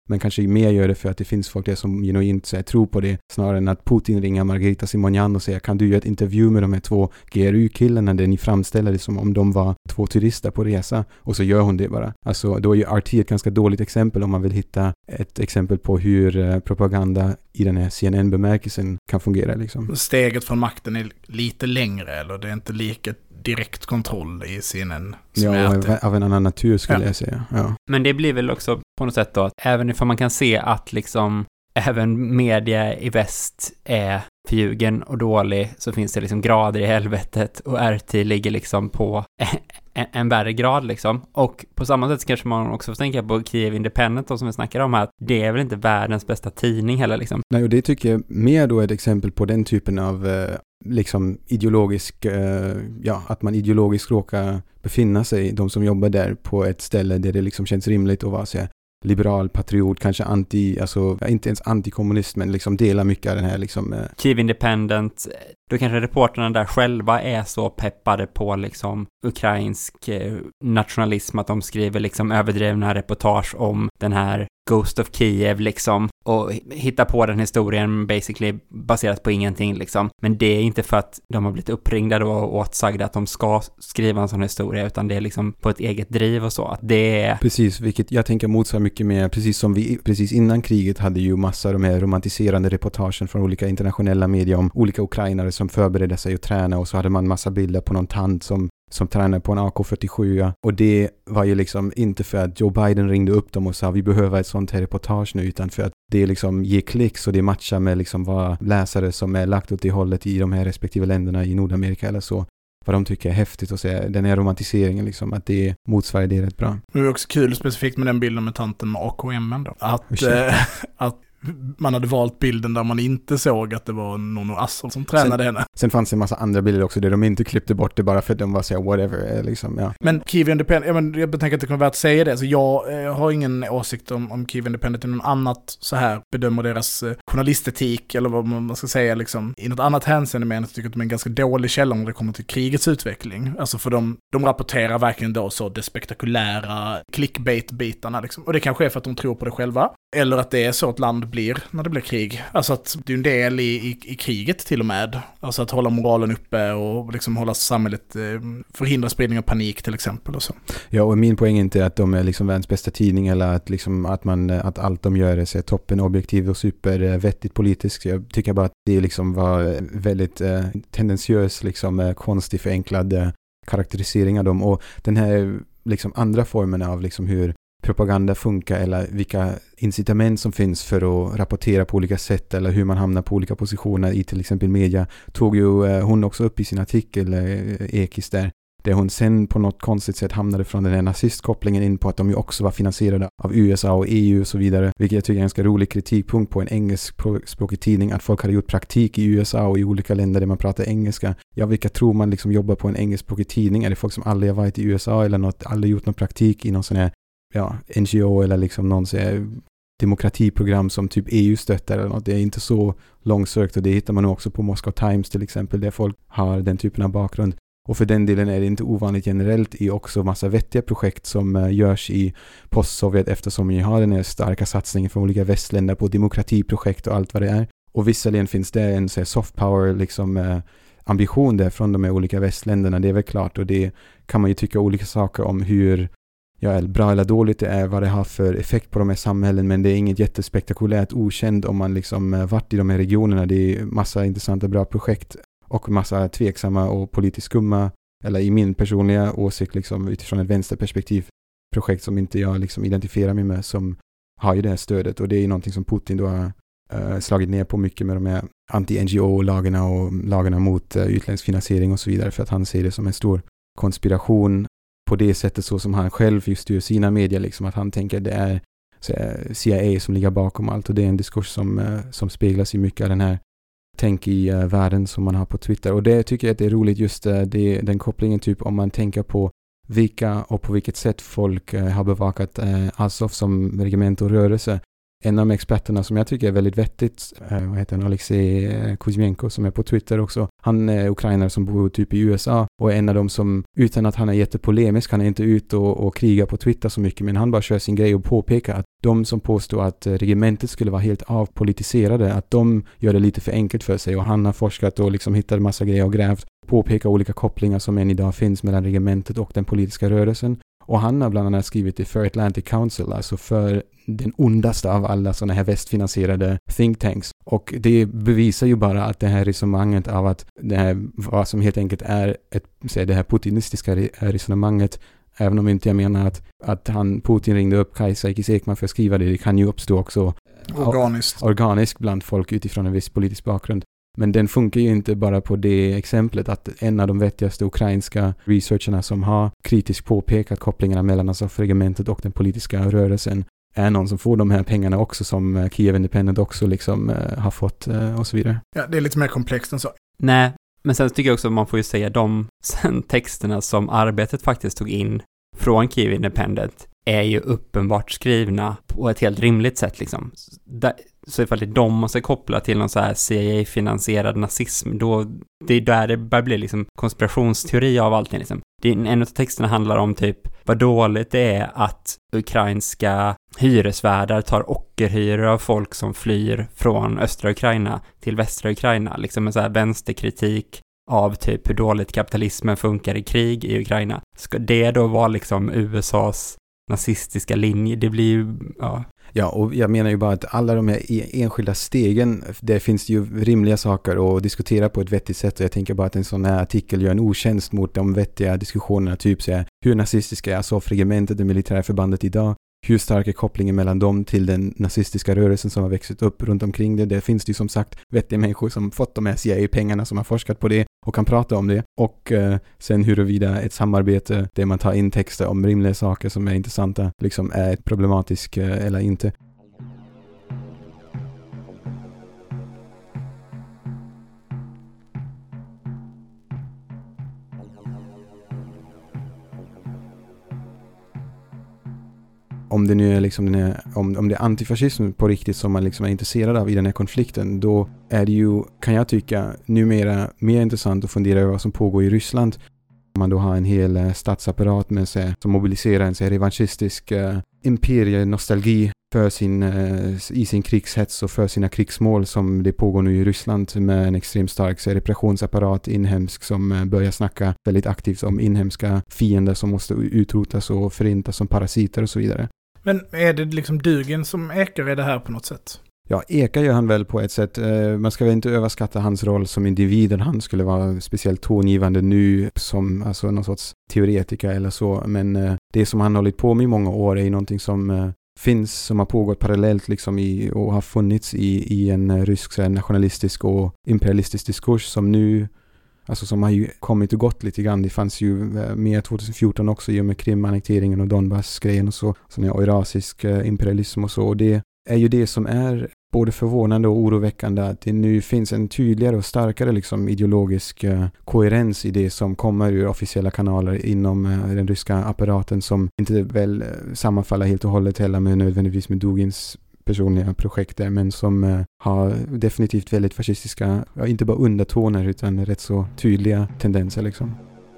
Men kanske mer gör det för att det finns folk där som genuint så här, tror på det, snarare än att Putin ringer Margarita Simonyan och säger kan du göra ett intervju med de här två G R U-killarna där ni framställer det som om de var två turister på resa, och så gör hon det bara. Alltså då är ju R T ett ganska dåligt exempel om man vill hitta ett exempel på hur eh, propaganda i den här C N N-bemärkelsen kan fungera liksom. Steget från makten är lite längre, eller det är inte lika direkt kontroll i C N N. Ja, av, av en annan natur skulle ja. jag säga. Ja. Men det blir väl också på något sätt då att även ifall man kan se att liksom även media i väst är förljugen och dålig, så finns det liksom grader i helvetet, och R T ligger liksom på en, en värre grad liksom. Och på samma sätt kanske man också får tänka på Kiev Independent då, som vi snackar om här, det är väl inte världens bästa tidning heller liksom. Nej, och det tycker jag mer då är ett exempel på den typen av eh, liksom ideologisk, eh, ja, att man ideologiskt råkar befinna sig, de som jobbar där, på ett ställe där det liksom känns rimligt att vara så här liberal, patriot, kanske anti, alltså inte ens antikommunist, men liksom dela mycket av den här liksom... Eh. Kiev Independent, då kanske reporterna där själva är så peppade på liksom ukrainsk eh, nationalism att de skriver liksom överdrivna reportage om den här Ghost of Kiev liksom, och hittar på den historien basically baserat på ingenting liksom. Men det är inte för att de har blivit uppringda då och åtsagda att de ska skriva en sån historia, utan det är liksom på ett eget driv och så. Att det är... Precis, vilket jag tänker motsvarar mycket mer, precis som vi precis innan kriget hade ju massa av de här romantiserande reportagen från olika internationella medier om olika ukrainare som förberedde sig att träna, och så hade man massa bilder på någon tant som som tränar på en A K fyrtiosju, och det var ju liksom inte för att Joe Biden ringde upp dem och sa vi behöver ett sånt här reportage nu, utan för att det liksom ger klicks och det matchar med liksom vad läsare som är lagt åt det hållet i de här respektive länderna i Nordamerika eller så, vad de tycker är häftigt, och säga den här romantiseringen liksom, att det motsvarar det rätt bra. Det är också kul specifikt med den bilden med tanten med A K M då, att, äh, att man hade valt bilden där man inte såg att det var någon Assel som tränade sen, henne. Sen fanns det en massa andra bilder också där de inte klippte bort det bara för att de var så här, whatever liksom, ja. Men Kiev Independent, jag, men, jag tänker att det kan vara värt att säga det. Så jag eh, har ingen åsikt om, om Kiev Independent i någon annat så här bedömer deras eh, journalistetik eller vad man ska säga liksom. I något annat hänseende men jag tycker att de är en ganska dålig källa när det kommer till krigets utveckling. Alltså för de, de rapporterar verkligen då så det spektakulära clickbait-bitarna liksom. Och det kanske är för att de tror på det själva. Eller att det är så ett land blir när det blir krig. Alltså att det är en del i, i, i kriget till och med. Alltså att hålla moralen uppe och liksom hålla samhället, eh, förhindra spridning av panik till exempel och så. Ja, och min poäng är inte att de är liksom världens bästa tidning eller att, liksom, att, man, att allt de gör är så toppen objektiv och supervettigt politiskt. Jag tycker bara att det liksom var väldigt eh, tendensiös, liksom, eh, konstig, förenklad eh, karaktärisering av dem. Och den här liksom, andra formen av liksom, hur propaganda funkar eller vilka incitament som finns för att rapportera på olika sätt eller hur man hamnar på olika positioner i till exempel media, tog ju eh, hon också upp i sin artikel, eh, Ekis där, där hon sen på något konstigt sätt hamnade från den här nazistkopplingen in på att de ju också var finansierade av U S A och E U och så vidare, vilket jag tycker är en ganska rolig kritikpunkt på en engelskspråkig tidning, att folk hade gjort praktik i U S A och i olika länder där man pratar engelska. Ja, vilka tror man liksom jobbar på en engelskspråkig tidning? Är det folk som aldrig har varit i U S A eller något, aldrig gjort någon praktik i någon sån här ja, N G O eller liksom någon så här demokratiprogram som typ E U stöttar eller något. Det är inte så långsökt, och det hittar man också på Moscow Times till exempel, där folk har den typen av bakgrund. Och för den delen är det inte ovanligt generellt i också massa vettiga projekt som uh, görs i post-Sovjet, eftersom vi har den här starka satsningen från olika västländer på demokratiprojekt och allt vad det är. Och visserligen finns det en så här, soft power liksom uh, ambition där från de här olika västländerna, det är väl klart, och det kan man ju tycka olika saker om hur ja, bra eller dåligt det är, vad det har för effekt på de här samhällen, men det är inget jättespektakulärt okänd om man liksom varit i de här regionerna. Det är massa intressanta bra projekt och massa tveksamma och politiskt skumma, eller i min personliga åsikt liksom utifrån ett vänsterperspektiv, projekt som inte jag liksom identifierar mig med, som har ju det här stödet, och det är ju någonting som Putin då har uh, slagit ner på mycket med de här anti-N G O-lagarna och lagarna mot uh, utländsk finansiering och så vidare, för att han ser det som en stor konspiration på det sättet, så som han själv just styr sina medier, liksom, att han tänker att det är C I A som ligger bakom allt, och det är en diskurs som, som speglas i mycket av den här tänk i uh, världen som man har på Twitter, och det tycker jag att det är roligt just uh, det, den kopplingen, typ om man tänker på vilka och på vilket sätt folk uh, har bevakat uh, Azov som regiment och rörelse. en av experterna som jag tycker är väldigt vettigt, eh, vad heter han, Alexej Kuzmenko som är på Twitter också. Han är ukrainare som bor typ i U S A och är en av dem som, utan att han är jättepolemisk, han är inte ute och, och krigar på Twitter så mycket, men han bara kör sin grej och påpekar att de som påstår att regementet skulle vara helt avpolitiserade, att de gör det lite för enkelt för sig, och han har forskat och liksom hittat en massa grejer och grävt, påpekar olika kopplingar som än idag finns mellan regementet och den politiska rörelsen. Och han har bland annat skrivit det för Atlantic Council, alltså för den ondaste av alla sådana här västfinansierade think tanks. Och det bevisar ju bara att det här resonemanget av att det här, vad som helt enkelt är ett, säg, det här putinistiska resonemanget, även om inte jag menar att, att han, Putin ringde upp Kajsa Ekis Ekman för att skriva det, det kan ju uppstå också organiskt. organiskt bland folk utifrån en viss politisk bakgrund. Men den funkar ju inte bara på det exemplet att en av de vettigaste ukrainska researcherna som har kritiskt påpekat kopplingarna mellan alltså regementet och den politiska rörelsen är någon som får de här pengarna också, som Kiev Independent också liksom uh, har fått uh, och så vidare. Ja, det är lite mer komplext än så. Nej, men sen tycker jag också att man får ju säga de sen texterna som Arbetet faktiskt tog in från Kiev Independent är ju uppenbart skrivna på ett helt rimligt sätt liksom. Där, så ifall det är de man ska koppla till någon så här C I A-finansierad nazism, då det är där det börjar bli liksom konspirationsteori av allting liksom. Det, en av texterna handlar om typ vad dåligt det är att ukrainska hyresvärdar tar ockerhyror av folk som flyr från östra Ukraina till västra Ukraina, liksom en så här vänsterkritik av typ hur dåligt kapitalismen funkar i krig i Ukraina. Ska det då vara liksom U S A:s nazistiska linje? Det blir ju, ja. Ja, och jag menar ju bara att alla de här enskilda stegen, där finns det ju rimliga saker att diskutera på ett vettigt sätt, och jag tänker bara att en sån här artikel gör en otjänst mot de vettiga diskussionerna, typ så här, hur nazistiska är Azov-regementet, det militära förbandet idag? Hur stark är kopplingen mellan dem till den nazistiska rörelsen som har växt upp runt omkring det? Det finns det ju som sagt vettiga människor som fått de här C I A-pengarna som har forskat på det och kan prata om det. Och eh, sen huruvida ett samarbete där man tar in texter om rimliga saker som är intressanta liksom är ett problematiskt eh, eller inte. Om det nu är liksom den här, om, om det är antifascism på riktigt som man liksom är intresserad av i den här konflikten, då är det ju, kan jag tycka, numera mer intressant att fundera över vad som pågår i Ryssland. Om man då har en hel uh, statsapparat med sig som mobiliserar en så här revanschistisk uh, imperienostalgi för sin, uh, i sin krigshets och för sina krigsmål som det pågår nu i Ryssland, med en extremt stark så här, repressionsapparat inhemsk som uh, börjar snacka väldigt aktivt om inhemska fiender som måste utrotas och förintas som parasiter och så vidare. Men är det liksom Dugin som ekar i det här på något sätt? Ja, ekar gör han väl på ett sätt. Man ska väl inte överskatta hans roll som individ. Han skulle vara speciellt tongivande nu som alltså någon sorts teoretiker eller så. Men det som han har hållit på med i många år är någonting som finns, som har pågått parallellt liksom i, och har funnits i, i en rysk så här, nationalistisk och imperialistisk diskurs som nu, alltså som har ju kommit och gått lite grann. Det fanns ju mer tjugohundrafjorton också i och med Krim-annekteringen och Donbass-grejen och så. Sån här eurasisk imperialism och så. Och det är ju det som är både förvånande och oroväckande, att det nu finns en tydligare och starkare liksom ideologisk koherens i det som kommer ur officiella kanaler inom den ryska apparaten, som inte väl sammanfaller helt och hållet heller med nödvändigtvis med Dugins personliga projekt där, men som uh, har definitivt väldigt fascistiska, ja, inte bara undertoner utan rätt så tydliga tendenser liksom.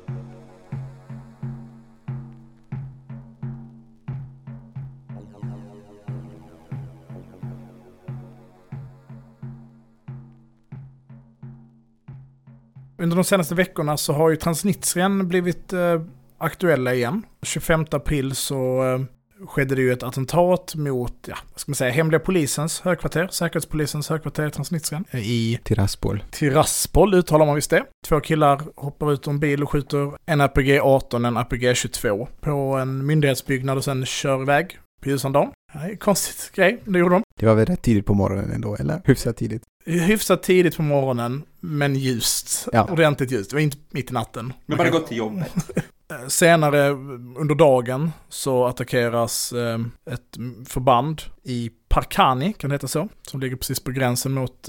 Under de senaste veckorna så har ju Transnistrien blivit eh, aktuella igen. tjugofemte april så eh, skedde det ju ett attentat mot, ja, vad ska man säga, hemliga polisens högkvarter, säkerhetspolisens högkvarter i Transnistrien. I Tiraspol. Tiraspol uttalar man visst det. Två killar hoppar ut ur en bil och skjuter en A P G arton, en A P G tjugotvå på en myndighetsbyggnad och sen kör iväg på ljusan dagen. Nej, konstigt grej, det gjorde de. Det var väl rätt tidigt på morgonen ändå, eller? Hyfsat tidigt. Hyfsat tidigt på morgonen, men ljust. Ja. Ordentligt ljust. Det var inte mitt i natten. Men bara gått till jobbet. Senare under dagen så attackeras eh, ett förband i Parkani, kan det heta så, som ligger precis på gränsen mot eh,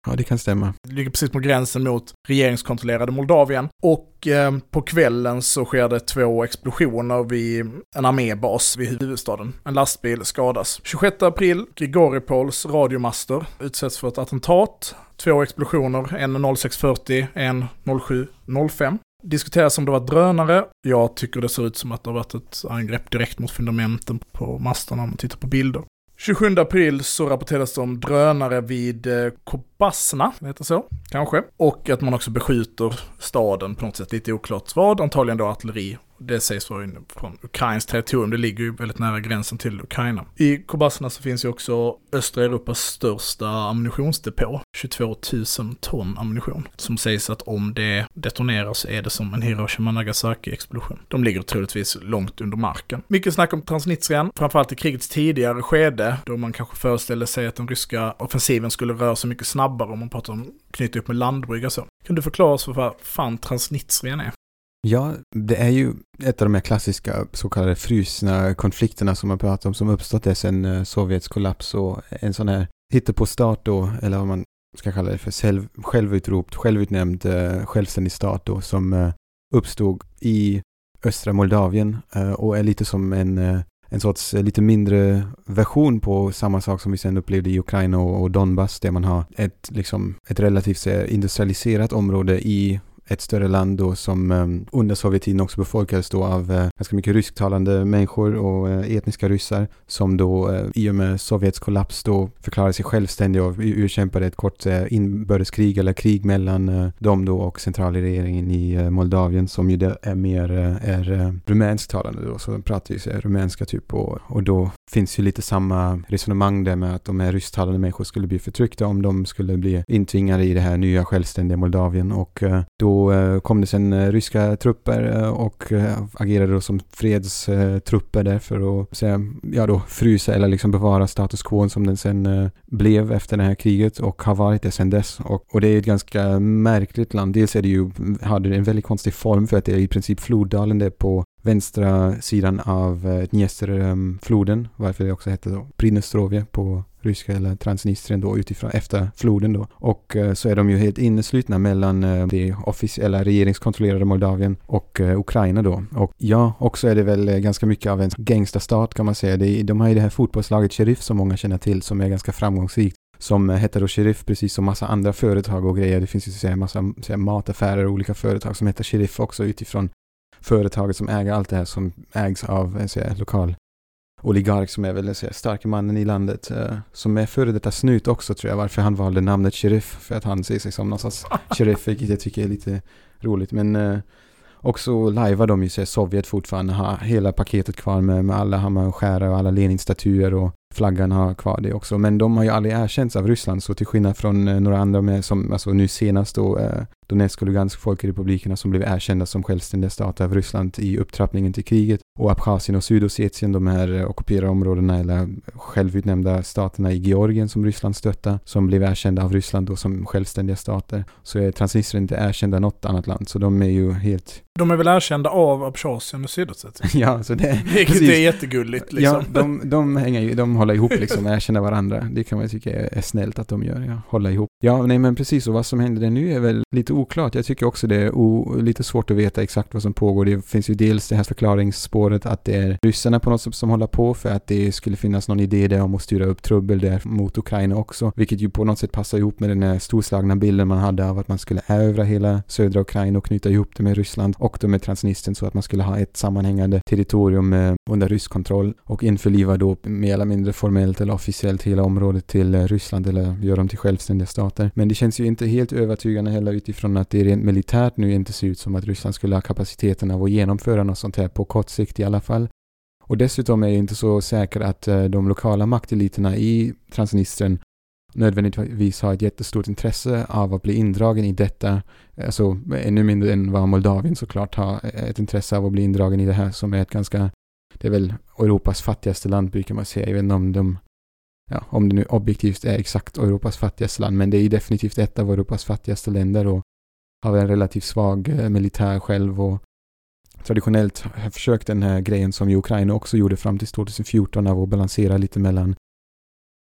Ja, det kan stämma. Det ligger precis på gränsen mot regeringskontrollerade Moldavien. Och eh, på kvällen så sker det två explosioner vid en armébas vid huvudstaden. En lastbil skadas. tjugosjätte april, Grigoripols radiomaster utsätts för ett attentat. Två explosioner, en noll sex fyrtio, en noll sju noll fem. Diskuteras om det var drönare. Jag tycker det ser ut som att det har varit ett angrepp direkt mot fundamenten på masterna om man tittar på bilder. tjugosjunde april så rapporteras det om drönare vid Kobasna, det heter så, kanske. Och att man också beskjuter staden på något sätt, lite oklart vad, antagligen då artilleri. Det sägs vara från Ukrains territorium, det ligger ju väldigt nära gränsen till Ukraina. I Kobasna så finns ju också östra Europas största ammunitionsdepå, tjugotvå tusen ton ammunition. Som sägs att om det detonerar så är det som en Hiroshima Nagasaki-explosion. De ligger troligtvis långt under marken. Mycket snack om Transnistrien, framförallt i krigets tidigare skede, då man kanske föreställde sig att den ryska offensiven skulle röra sig mycket snabbare om man pratar om knyta upp med landbrygga så. Kan du förklara oss vad fan Transnistrien är? Ja, det är ju ett av de här klassiska så kallade frysna konflikterna som man pratar om som uppstått där sedan Sovjets kollaps och en sån här hittepåstart då, eller vad man ska kalla det för själv, självutropt, självutnämnd självständig stat då, som uppstod i östra Moldavien och är lite som en, en sorts lite mindre version på samma sak som vi sedan upplevde i Ukraina och, och Donbass, där man har ett, liksom, ett relativt industrialiserat område i ett större land då som um, under Sovjettiden också befolkades då av uh, ganska mycket rysktalande människor och uh, etniska ryssar som då uh, i och med Sovjets kollaps då förklarade sig självständiga och utkämpade ett kort uh, inbördeskrig eller krig mellan uh, dem då och centralregeringen i uh, Moldavien som ju det är mer uh, är uh, rumänsktalande då, så de pratar ju sig rumänska typ och, och då finns ju lite samma resonemang där med att de här rysktalande människor skulle bli förtryckta om de skulle bli intvingade i det här nya självständiga Moldavien och uh, då kom det sen ryska trupper och agerade då som fredstrupper där för att säga, ja då, frysa eller liksom bevara status quo som den sen blev efter det här kriget och har varit det sen dess. Och, och det är ett ganska märkligt land. Dels är det ju, hade det en väldigt konstig form för att det är i princip floddalen där på vänstra sidan av Dniesterfloden, varför det också heter då Pridnestrovje på ryska eller Transnistrien då utifrån efter floden då. Och eh, så är de ju helt inneslutna mellan eh, det officiella regeringskontrollerade Moldavien och eh, Ukraina då. Och ja, också är det väl eh, ganska mycket av en gangsterstat kan man säga. Det, de har ju det här fotbollslaget Sheriff som många känner till som är ganska framgångsrikt. Som eh, heter då Sheriff precis som massa andra företag och grejer. Det finns ju så en massa så här, mataffärer och olika företag som heter Sheriff också utifrån företaget som äger allt det här som ägs av en så här, lokal oligark som är väl den starka mannen i landet eh, som är före detta snut också tror jag varför han valde namnet Sheriff för att han ser sig som någon sorts sheriff vilket jag tycker är lite roligt men eh, också livear de ju sig Sovjet fortfarande har hela paketet kvar med, med alla hammarskära och alla Lenin-statyer och flaggan har kvar det också men de har ju aldrig erkänts av Ryssland så till skillnad från eh, några andra med som alltså nu senast då eh, Donetsk och Lugansk folkrepublikerna som blev erkända som självständiga stater av Ryssland i upptrappningen till kriget och Abchazien och Sydossetien, de här ockuperade områdena eller självutnämnda staterna i Georgien som Ryssland stöttar som blev erkända av Ryssland då som självständiga stater så är Transnistrien inte erkända av något annat land så de är ju helt... De är väl erkända av Abchazien och Sydossetien? Ja, så det... Vilket är jättegulligt liksom. Ja, de, de hänger ju, de håller ihop liksom, erkänna varandra. Det kan man tycka är, är snällt att de gör, ja, hålla ihop. Ja, nej men precis och vad som händer nu är väl lite oklart. Jag tycker också det är o, lite svårt att veta exakt vad som pågår. Det finns ju dels det här förklaringsspåret att det är ryssarna på något sätt som håller på för att det skulle finnas någon idé där om att styra upp trubbel där mot Ukraina också. Vilket ju på något sätt passar ihop med den här storslagna bilden man hade av att man skulle erövra hela södra Ukraina och knyta ihop det med Ryssland och då med Transnistrien så att man skulle ha ett sammanhängande territorium eh, under rysk kontroll och införliva då mer eller mindre formellt eller officiellt hela området till eh, Ryssland eller göra dem till självständiga stater. Men det känns ju inte helt övertygande heller utifrån att det rent militärt nu inte ser ut som att Ryssland skulle ha kapaciteten av att genomföra något sånt här på kort sikt i alla fall. Och dessutom är jag inte så säker att eh, de lokala makteliterna i Transnistrien nödvändigtvis har ett jättestort intresse av att bli indragen i detta, alltså ännu mindre än vad Moldavien såklart har ett intresse av att bli indragen i det här som är ett ganska, det är väl Europas fattigaste land brukar man säga, jag vet inte om de, ja, om det nu objektivt är exakt Europas fattigaste land, men det är definitivt ett av Europas fattigaste länder och har en relativt svag eh, militär själv och traditionellt har försökt den här grejen som Ukraina också gjorde fram till tjugo fjorton av att balansera lite mellan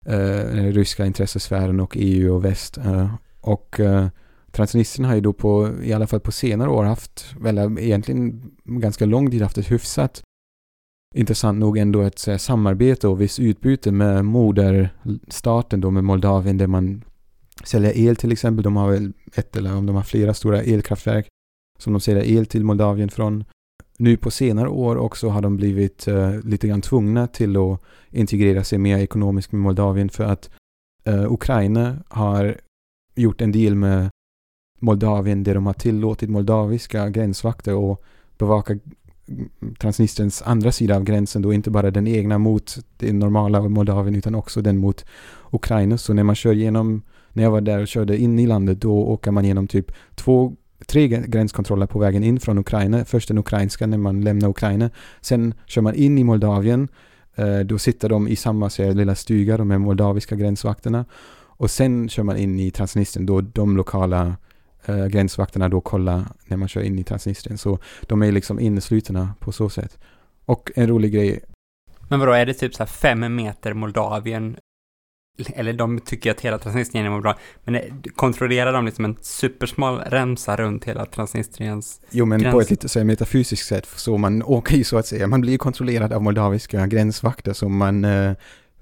uh, ryska intressesfären och E U och väst. Uh, och uh, Transnistrien har ju då på, i alla fall på senare år haft, väl egentligen ganska lång tid haft ett hyfsat, intressant nog ändå ett så här, samarbete och viss utbyte med moderstaten då, med Moldavien, där man säljer el till exempel. De har väl ett eller om de har flera stora elkraftverk som de säljer el till Moldavien från. Nu på senare år också har de blivit uh, lite grann tvungna till att integrera sig mer ekonomiskt med Moldavien, för att uh, Ukraina har gjort en deal med Moldavien där de har tillåtit moldaviska gränsvakter att bevaka Transnistriens andra sida av gränsen, då inte bara den egna mot det normala Moldavien utan också den mot Ukraina. Så när man kör genom, när jag var där och körde in i landet, då åker man genom typ två, tre gränskontroller på vägen in från Ukraina. Först den ukrainska när man lämnar Ukraina. Sen kör man in i Moldavien. Då sitter de i samma så här, lilla stuga, de med moldaviska gränsvakterna. Och sen kör man in i Transnistrien, då de lokala Uh, gränsvakterna då kollar när man kör in i Transnistrien. Så de är liksom inneslutna på så sätt. Och en rolig grej. Men vadå, är det typ så här fem meter Moldavien? Eller de tycker att hela Transnistrien är Moldavien. Men kontrollerar de liksom en supersmal remsa runt hela Transnistriens Jo, men gräns? På ett lite så här metafysiskt sätt. Så man åker ju så att säga. Man blir kontrollerad av moldaviska gränsvakter som man... Uh,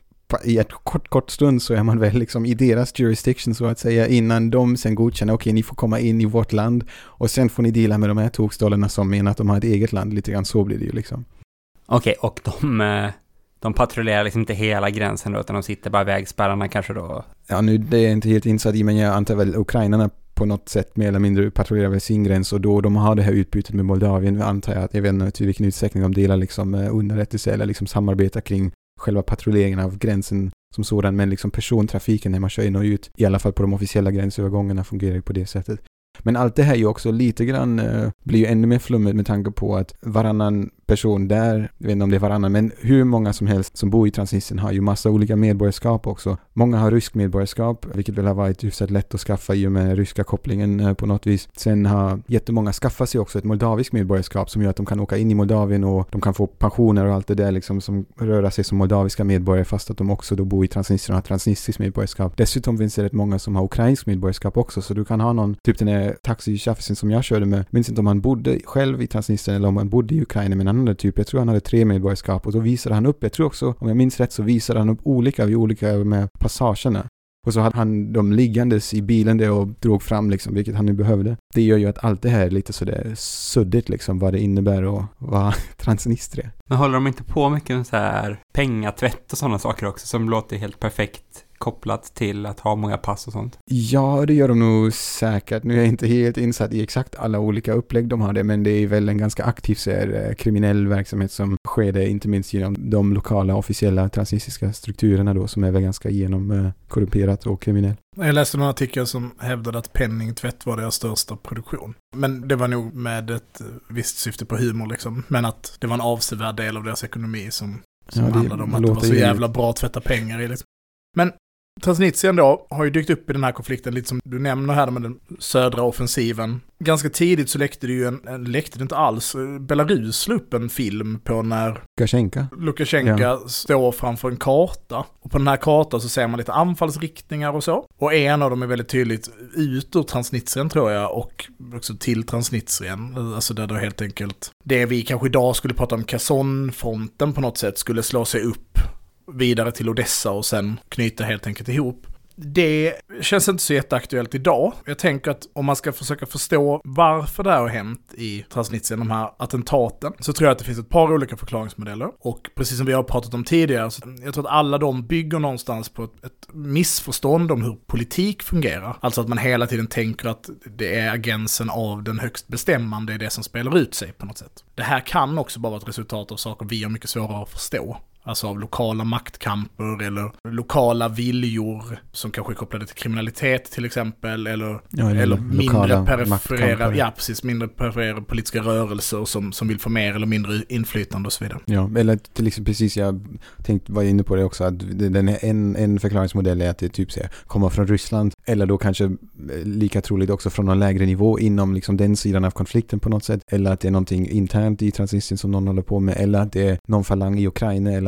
i ett kort, kort stund så är man väl liksom i deras jurisdiction så att säga, innan de sen godkänner, okej, okay, ni får komma in i vårt land och sen får ni dela med de här tokstollarna som menar att de har ett eget land. Lite grann så blir det ju liksom. Okej, okay, och de, de patrullerar liksom inte hela gränsen då, utan de sitter bara vägspärrarna kanske då? Ja, nu det är inte helt insatt i, men jag antar väl ukrainarna på något sätt mer eller mindre patrullerar väl sin gräns, och då de har det här utbytet med Moldavien, antar jag att jag vet inte till vilken utsträckning de delar liksom underrättelse eller liksom samarbetar kring själva patrulleringen av gränsen som sådan, men liksom persontrafiken när man kör in och ut, i alla fall på de officiella gränsövergångarna, fungerar ju på det sättet. Men allt det här är ju också lite grann, uh, blir ju ännu mer flummigt med tanke på att varannan person där, jag vet inte om det är varannan, men hur många som helst som bor i Transnistrien har ju massa olika medborgarskap också. Många har rysk medborgarskap, vilket väl har varit hyfsat lätt att skaffa i och med ryska kopplingen uh, på något vis. Sen har jättemånga skaffat sig också ett moldavisk medborgarskap som gör att de kan åka in i Moldavien och de kan få pensioner och allt det där liksom, som rör sig som moldaviska medborgare, fast att de också då bor i Transnistrien och har transnistriskt medborgarskap. Dessutom finns det rätt många som har ukrainsk medborgarskap också, så du kan ha någon, typ den här taxichauffören som jag körde med, minns inte om han bodde själv i Transnistrien eller om han bodde i Ukraina, men han hade typ, jag tror han hade tre medborgarskap, och då visade han upp, jag tror också, om jag minns rätt så visade han upp olika vid olika med passagerna. Och så hade han dem liggandes i bilen där och drog fram liksom, vilket han nu behövde. Det gör ju att allt det här är lite sådär suddigt liksom, vad det innebär att vara transnistrie. Men håller de inte på mycket med så här pengatvätt och sådana saker också som låter helt perfekt kopplat till att ha många pass och sånt? Ja, det gör de nog säkert. Nu är jag inte helt insatt i exakt alla olika upplägg de har det, men det är väl en ganska aktiv så här, kriminell verksamhet som sker det, inte minst genom de lokala officiella transnistiska strukturerna då, som är väl ganska genom eh, korrumperat och kriminell. Jag läste några artiklar som hävdade att penningtvätt var deras största produktion. Men det var nog med ett visst syfte på humor liksom. Men att det var en avsevärd del av deras ekonomi som, som ja, det handlade om att det var så jävla bra att tvätta pengar i liksom. Men Transnistrien då har ju dykt upp i den här konflikten lite som du nämner här med den södra offensiven. Ganska tidigt så läckte det ju en, en läckte det inte alls. Belarus slog upp en film på när Lukasjenko, Lukasjenko ja. står framför en karta. Och på den här kartan så ser man lite anfallsriktningar och så. Och en av dem är väldigt tydligt ut ur Transnistrien tror jag, och också till Transnistrien. Alltså där då helt enkelt det vi kanske idag skulle prata om Kherson-fronten på något sätt skulle slå sig upp vidare till Odessa och sen knyta helt enkelt ihop. Det känns inte så jätteaktuellt idag. Jag tänker att om man ska försöka förstå varför det här har hänt i Transnistrien, de här attentaten, så tror jag att det finns ett par olika förklaringsmodeller. Och precis som vi har pratat om tidigare, så jag tror att alla de bygger någonstans på ett, ett missförstånd om hur politik fungerar. Alltså att man hela tiden tänker att det är agensen av den högst bestämmande, det som spelar ut sig på något sätt. Det här kan också bara vara ett resultat av saker vi har mycket svårare att förstå. Alltså av lokala maktkamper eller lokala viljor som kanske är kopplade till kriminalitet till exempel, eller, ja, eller, eller mindre periferera, ja, precis, mindre periferera politiska rörelser som, som vill få mer eller mindre inflytande och så vidare. Ja, eller till exempel precis, jag tänkte vara inne på det också, att den är en, en förklaringsmodell är att det typ säger komma från Ryssland, eller då kanske lika troligt också från någon lägre nivå inom liksom den sidan av konflikten på något sätt, eller att det är någonting internt i Transnistrien som någon håller på med, eller att det är någon falang i Ukraina, eller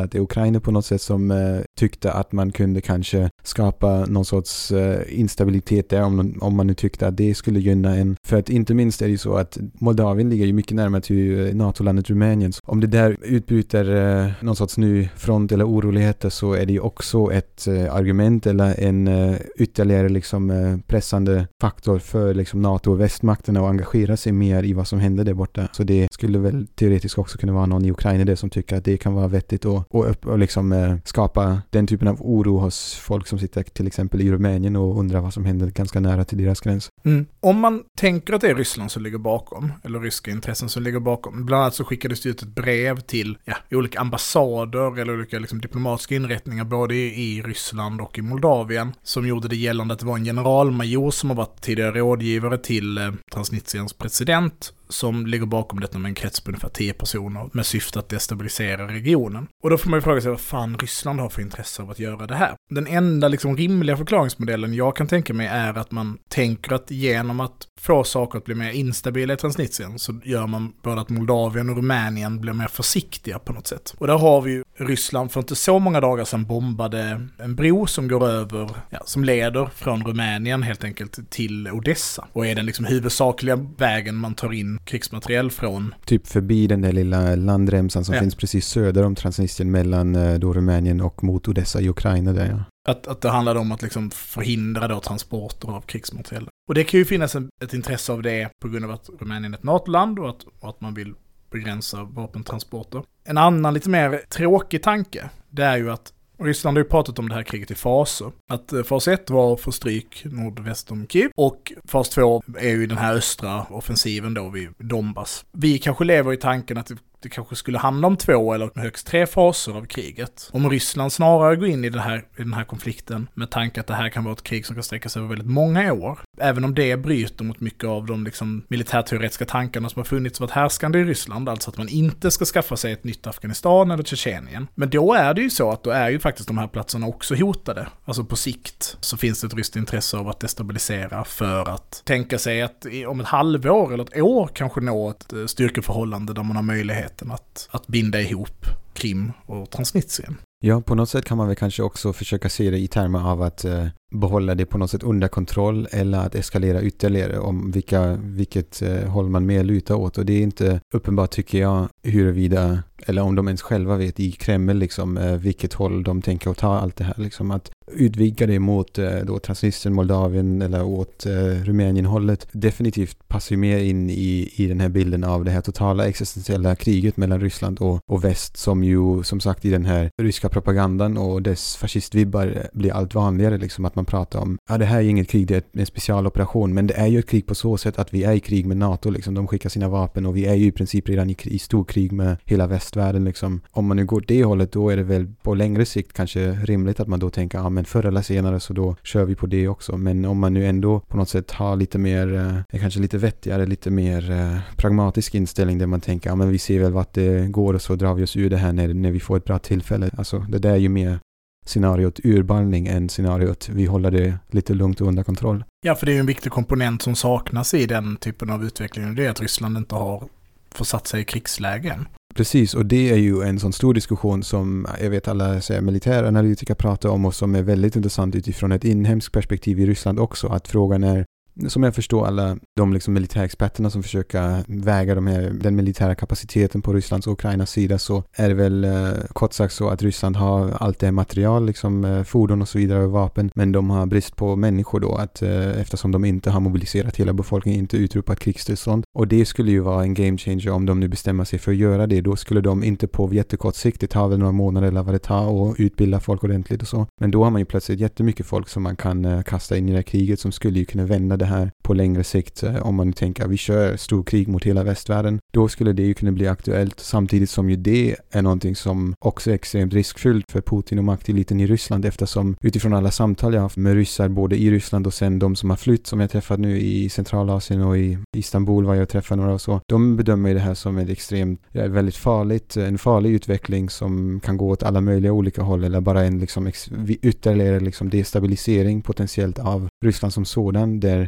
eller att det är Ukraina på något sätt som eh, tyckte att man kunde kanske skapa någon sorts eh, instabilitet där om, om man nu tyckte att det skulle gynna en. För att inte minst är det ju så att Moldavien ligger ju mycket närmare till NATO-landet Rumänien. Så om det där utbryter eh, någon sorts ny front eller oroligheter så är det ju också ett eh, argument eller en eh, ytterligare liksom, eh, pressande faktor för liksom, NATO och västmakterna att engagera sig mer i vad som händer där borta. Så det skulle väl teoretiskt också kunna vara någon i Ukraina där som tycker att det kan vara vettigt och, och, upp, och liksom, eh, skapa den typen av oro hos folk som sitter till exempel i Rumänien och undrar vad som händer ganska nära till deras gräns. Mm. Om man tänker att det är Ryssland som ligger bakom, eller ryska intressen som ligger bakom, bland annat så skickades det ut ett brev till ja, olika ambassader eller olika liksom, diplomatiska inrättningar både i, i Ryssland och i Moldavien som gjorde det gällande att det var en generalmajor som har varit tidigare rådgivare till eh, Transnistriens president som ligger bakom detta med en krets på ungefär tio personer med syfte att destabilisera regionen. Och då får man ju fråga sig vad fan Ryssland har för intresse av att göra det här. Den enda liksom rimliga förklaringsmodellen jag kan tänka mig är att man tänker att genom att få saker att bli mer instabila i Transnistrien så gör man både att Moldavien och Rumänien blir mer försiktiga på något sätt. Och där har vi ju Ryssland för inte så många dagar sedan bombade en bro som går över, ja, som leder från Rumänien helt enkelt till Odessa. Och är den liksom huvudsakliga vägen man tar in krigsmateriel från. Typ förbi den där lilla landremsan som ja. finns precis söder om Transnistrien mellan då Rumänien och mot Odessa i Ukraina där, ja. Att, att det handlar om att liksom förhindra då transporter av krigsmateriel. Och det kan ju finnas en, ett intresse av det på grund av att Rumänien är ett NATO-land och att, och att man vill begränsa vapentransporter. En annan lite mer tråkig tanke, det är ju att Ryssland har ju pratat om det här kriget i faser. Att fas ett var för stryk nordväst om Kiev och fas två är ju den här östra offensiven då vid Donbass. Vi kanske lever i tanken att det, det kanske skulle handla om två eller högst tre faser av kriget. Om Ryssland snarare går in i, det här, i den här konflikten med tanke att det här kan vara ett krig som kan sträcka sig över väldigt många år. Även om det bryter mot mycket av de liksom, militärteoretiska tankarna som har funnits varit härskande i Ryssland. Alltså att man inte ska skaffa sig ett nytt Afghanistan eller Tjetjenien. Men då är det ju så att då är ju faktiskt de här platserna också hotade. Alltså på sikt så finns det ett ryskt intresse av att destabilisera för att tänka sig att om ett halvår eller ett år kanske nå ett styrkeförhållande där man har möjligheten att, att binda ihop Krim och Transnistrien. Ja, på något sätt kan man väl kanske också försöka se det i termer av att eh, behålla det på något sätt under kontroll eller att eskalera ytterligare om vilka, vilket eh, håll man mer lutar åt. Och det är inte uppenbart tycker jag huruvida, eller om de ens själva vet i Kreml liksom, eh, vilket håll de tänker att ta allt det här. Liksom, att utvidga det mot eh, då Transnistrien, Moldavien eller åt eh, Rumänien-hållet definitivt passar mer in i, i den här bilden av det här totala existentiella kriget mellan Ryssland och, och väst som ju som sagt i den här ryska propagandan och dess fascistvibbar blir allt vanligare liksom att man pratar om ja det här är inget krig, det är en specialoperation men det är ju ett krig på så sätt att vi är i krig med NATO liksom, de skickar sina vapen och vi är ju i princip redan i, i stor krig med hela västvärlden liksom. Om man nu går det hållet då är det väl på längre sikt kanske rimligt att man då tänker ja men förr eller senare så då kör vi på det också, men om man nu ändå på något sätt har lite mer eh, kanske lite vettigare, lite mer eh, pragmatisk inställning där man tänker ja men vi ser väl vart det går och så drar vi oss ur det här när, när vi får ett bra tillfälle. Alltså det där är ju mer scenariot urballning än scenariot vi håller det lite lugnt och under kontroll. Ja, för det är ju en viktig komponent som saknas i den typen av utveckling och det är att Ryssland inte har försatt sig i krigslägen. Precis, och det är ju en sån stor diskussion som jag vet alla säger, militäranalytiker pratar om och som är väldigt intressant utifrån ett inhemskt perspektiv i Ryssland också. Att frågan är, som jag förstår alla de liksom militärexperterna som försöker väga de här, den militära kapaciteten på Rysslands och Ukrainas sida så är det väl eh, kort sagt så att Ryssland har allt det här material, liksom eh, fordon och så vidare och vapen, men de har brist på människor då att, eh, eftersom de inte har mobiliserat hela befolkningen, inte utropat krigstillstånd. Och det skulle ju vara en game changer om de nu bestämmer sig för att göra det. Då skulle de inte på jättekort sikt, det tar väl några månader eller vad det tar och utbilda folk ordentligt och så. Men då har man ju plötsligt jättemycket folk som man kan eh, kasta in i det här kriget som skulle ju kunna vända det här på längre sikt. Om man tänker att vi kör stor krig mot hela västvärlden, då skulle det ju kunna bli aktuellt, samtidigt som ju det är någonting som också är extremt riskfyllt för Putin och makteliten i Ryssland, eftersom utifrån alla samtal jag har haft med ryssar både i Ryssland och sen de som har flytt som jag träffat nu i Centralasien och i Istanbul var jag träffade några och så, de bedömer ju det här som ett extremt, ja, väldigt farligt, en farlig utveckling som kan gå åt alla möjliga olika håll eller bara en liksom ex- ytterligare liksom destabilisering potentiellt av Ryssland som sådan, där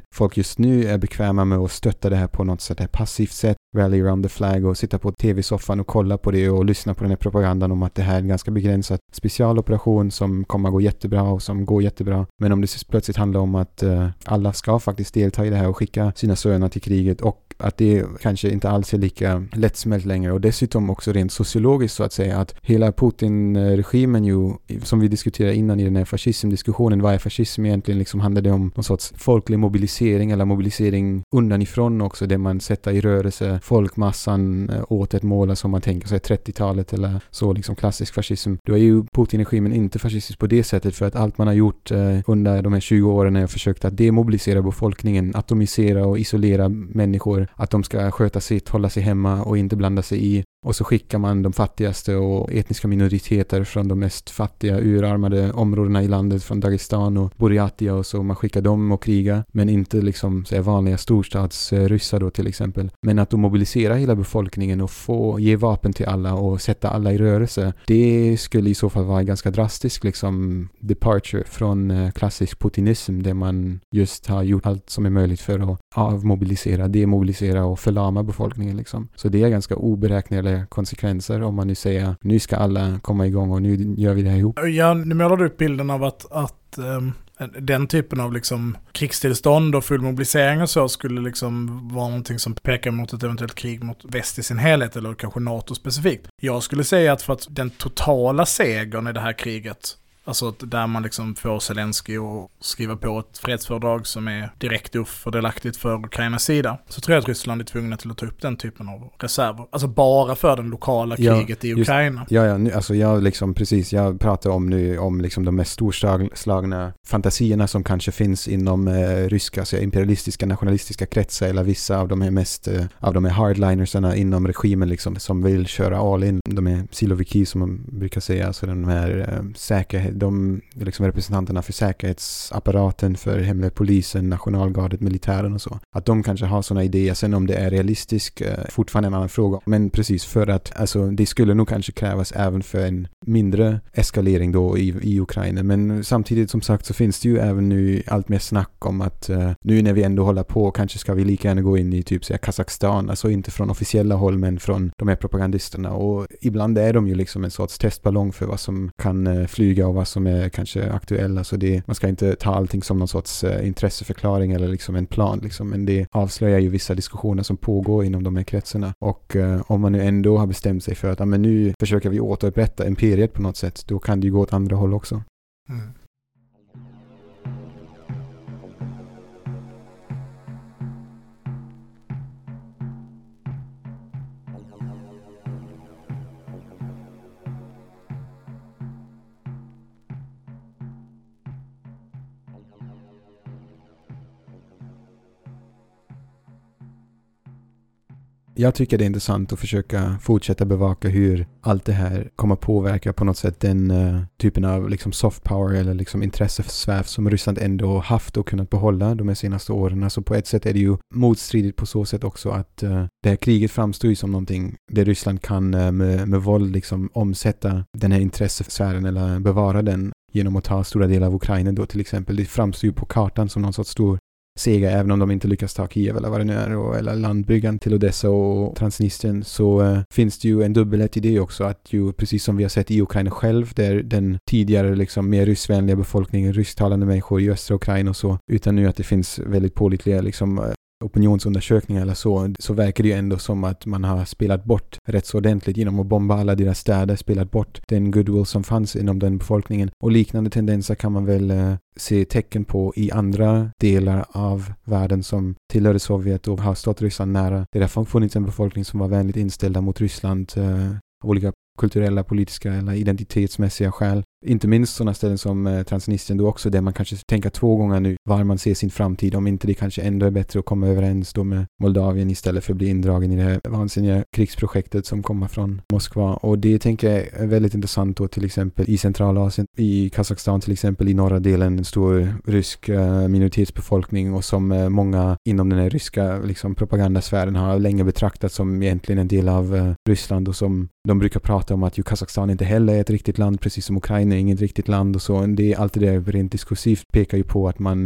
folk just nu är bekväma med att stötta det här på något sätt, ett passivt sätt, rally around the flag och sitta på tv-soffan och kolla på det och lyssna på den här propagandan om att det här är en ganska begränsad specialoperation som kommer att gå jättebra och som går jättebra. Men om det plötsligt handlar om att uh, alla ska faktiskt delta i det här och skicka sina söner till kriget och att det kanske inte alls är lika lättsmält längre och dessutom också rent sociologiskt så att säga att hela Putin-regimen ju, som vi diskuterade innan i den här fascismdiskussionen, vad är fascism egentligen, liksom handlar det om någon sorts folklig mobilisering eller mobilisering undanifrån också, där man sätter i rörelse folkmassan åt ett mål som man tänker sig trettiotalet eller så, liksom klassisk fascism. Då är ju Putin-regimen inte fascistisk på det sättet för att allt man har gjort eh, under de här tjugo åren är försökt att demobilisera befolkningen, atomisera och isolera människor, att de ska sköta sitt, hålla sig hemma och inte blanda sig i. Och så skickar man de fattigaste och etniska minoriteter från de mest fattiga, urarmade områdena i landet, från Dagestan och Buryatia och så. Man skickar dem och kriga, men inte liksom så vanliga storstadsryssar då till exempel. Men att de mobiliserar hela befolkningen och få ge vapen till alla och sätta alla i rörelse, det skulle i så fall vara en ganska drastisk liksom departure från uh, klassisk putinism, där man just har gjort allt som är möjligt för att avmobilisera, demobilisera och förlama befolkningen liksom. Så det är ganska oberäkneliga konsekvenser om man nu säger nu ska alla komma igång och nu gör vi det här ihop. Ja, nu målar du upp bilden av att, att um, den typen av liksom krigstillstånd och full mobilisering och så skulle liksom vara någonting som pekar mot ett eventuellt krig mot väst i sin helhet eller kanske NATO specifikt. Jag skulle säga att för att den totala segern i det här kriget, alltså där man liksom får Zelensky att skriva på ett fredsfördrag som är direkt ofördelaktigt för Ukrainas sida, så tror jag att Ryssland är tvungna till att ta upp den typen av reserver. Alltså bara för den lokala kriget ja, i Ukraina. Just, ja, ja nu, alltså jag liksom precis, jag pratar om nu om liksom de mest storslagna fantasierna som kanske finns inom eh, ryska, alltså imperialistiska, nationalistiska kretsar eller vissa av de här mest, eh, av de här hardlinersarna inom regimen liksom, som vill köra all in. De är siloviki som man brukar säga, alltså de här eh, säkerhet de liksom representanterna för säkerhetsapparaten, för hemliga polisen, nationalgardet, militären och så. Att de kanske har såna idéer. Sen om det är realistiskt eh, fortfarande en annan fråga. Men precis för att alltså, det skulle nog kanske krävas även för en mindre eskalering då i, i Ukraina. Men samtidigt som sagt så finns det ju även nu allt mer snack om att eh, nu när vi ändå håller på kanske ska vi lika gärna gå in i typ säga Kazakstan. Alltså inte från officiella håll men från de här propagandisterna. Och ibland är de ju liksom en sorts testballong för vad som kan eh, flyga och vad som är kanske aktuella, så det, man ska inte ta allting som någon sorts uh, intresseförklaring eller liksom en plan liksom, men det avslöjar ju vissa diskussioner som pågår inom de här kretsarna och uh, om man nu ändå har bestämt sig för att ja, men nu försöker vi återupprätta imperiet på något sätt, då kan det ju gå åt andra håll också. Mm. Jag tycker det är intressant att försöka fortsätta bevaka hur allt det här kommer påverka på något sätt den uh, typen av liksom soft power eller liksom intressesfär som Ryssland ändå haft och kunnat behålla de här senaste åren. Alltså på ett sätt är det ju motstridigt på så sätt också att uh, det här kriget framstår ju som någonting där Ryssland kan uh, med, med våld liksom omsätta den här intressesfären eller bevara den genom att ta stora delar av Ukraina då till exempel. Det framstår ju på kartan som någon sorts stor seger, även om de inte lyckas ta Kiev eller vad det nu är, och, eller landbryggan till Odessa och Transnistrien, så uh, finns det ju en dubbelhet i det också, att ju precis som vi har sett i Ukraina själv, där den tidigare liksom mer ryssvänliga befolkningen, rysktalande människor i östra Ukraina och så, utan nu att det finns väldigt pålitliga liksom uh, opinionsundersökningar eller så, så verkar det ju ändå som att man har spelat bort rätt så ordentligt genom att bomba alla deras städer, spelat bort den goodwill som fanns inom den befolkningen. Och liknande tendenser kan man väl eh, se tecken på i andra delar av världen som tillhörde Sovjet och har stått Ryssland nära. Det har funnits en befolkning som var vänligt inställda mot Ryssland eh, av olika kulturella, politiska eller identitetsmässiga skäl. Inte minst sådana ställen som eh, Transnistrien då också, där man kanske tänker två gånger nu var man ser sin framtid, om inte det kanske ändå är bättre att komma överens då med Moldavien istället för att bli indragen i det här vansinniga krigsprojektet som kommer från Moskva. Och det tänker jag är väldigt intressant då, till exempel i Centralasien, i Kazakstan till exempel, i norra delen en stor rysk eh, minoritetsbefolkning, och som eh, många inom den här ryska liksom, propagandasfären har länge betraktat som egentligen en del av eh, Ryssland, och som de brukar prata om att ju Kazakstan inte heller är ett riktigt land, precis som Ukraina är inget riktigt land och så. Det är alltid det rent diskursivt pekar ju på att man eh,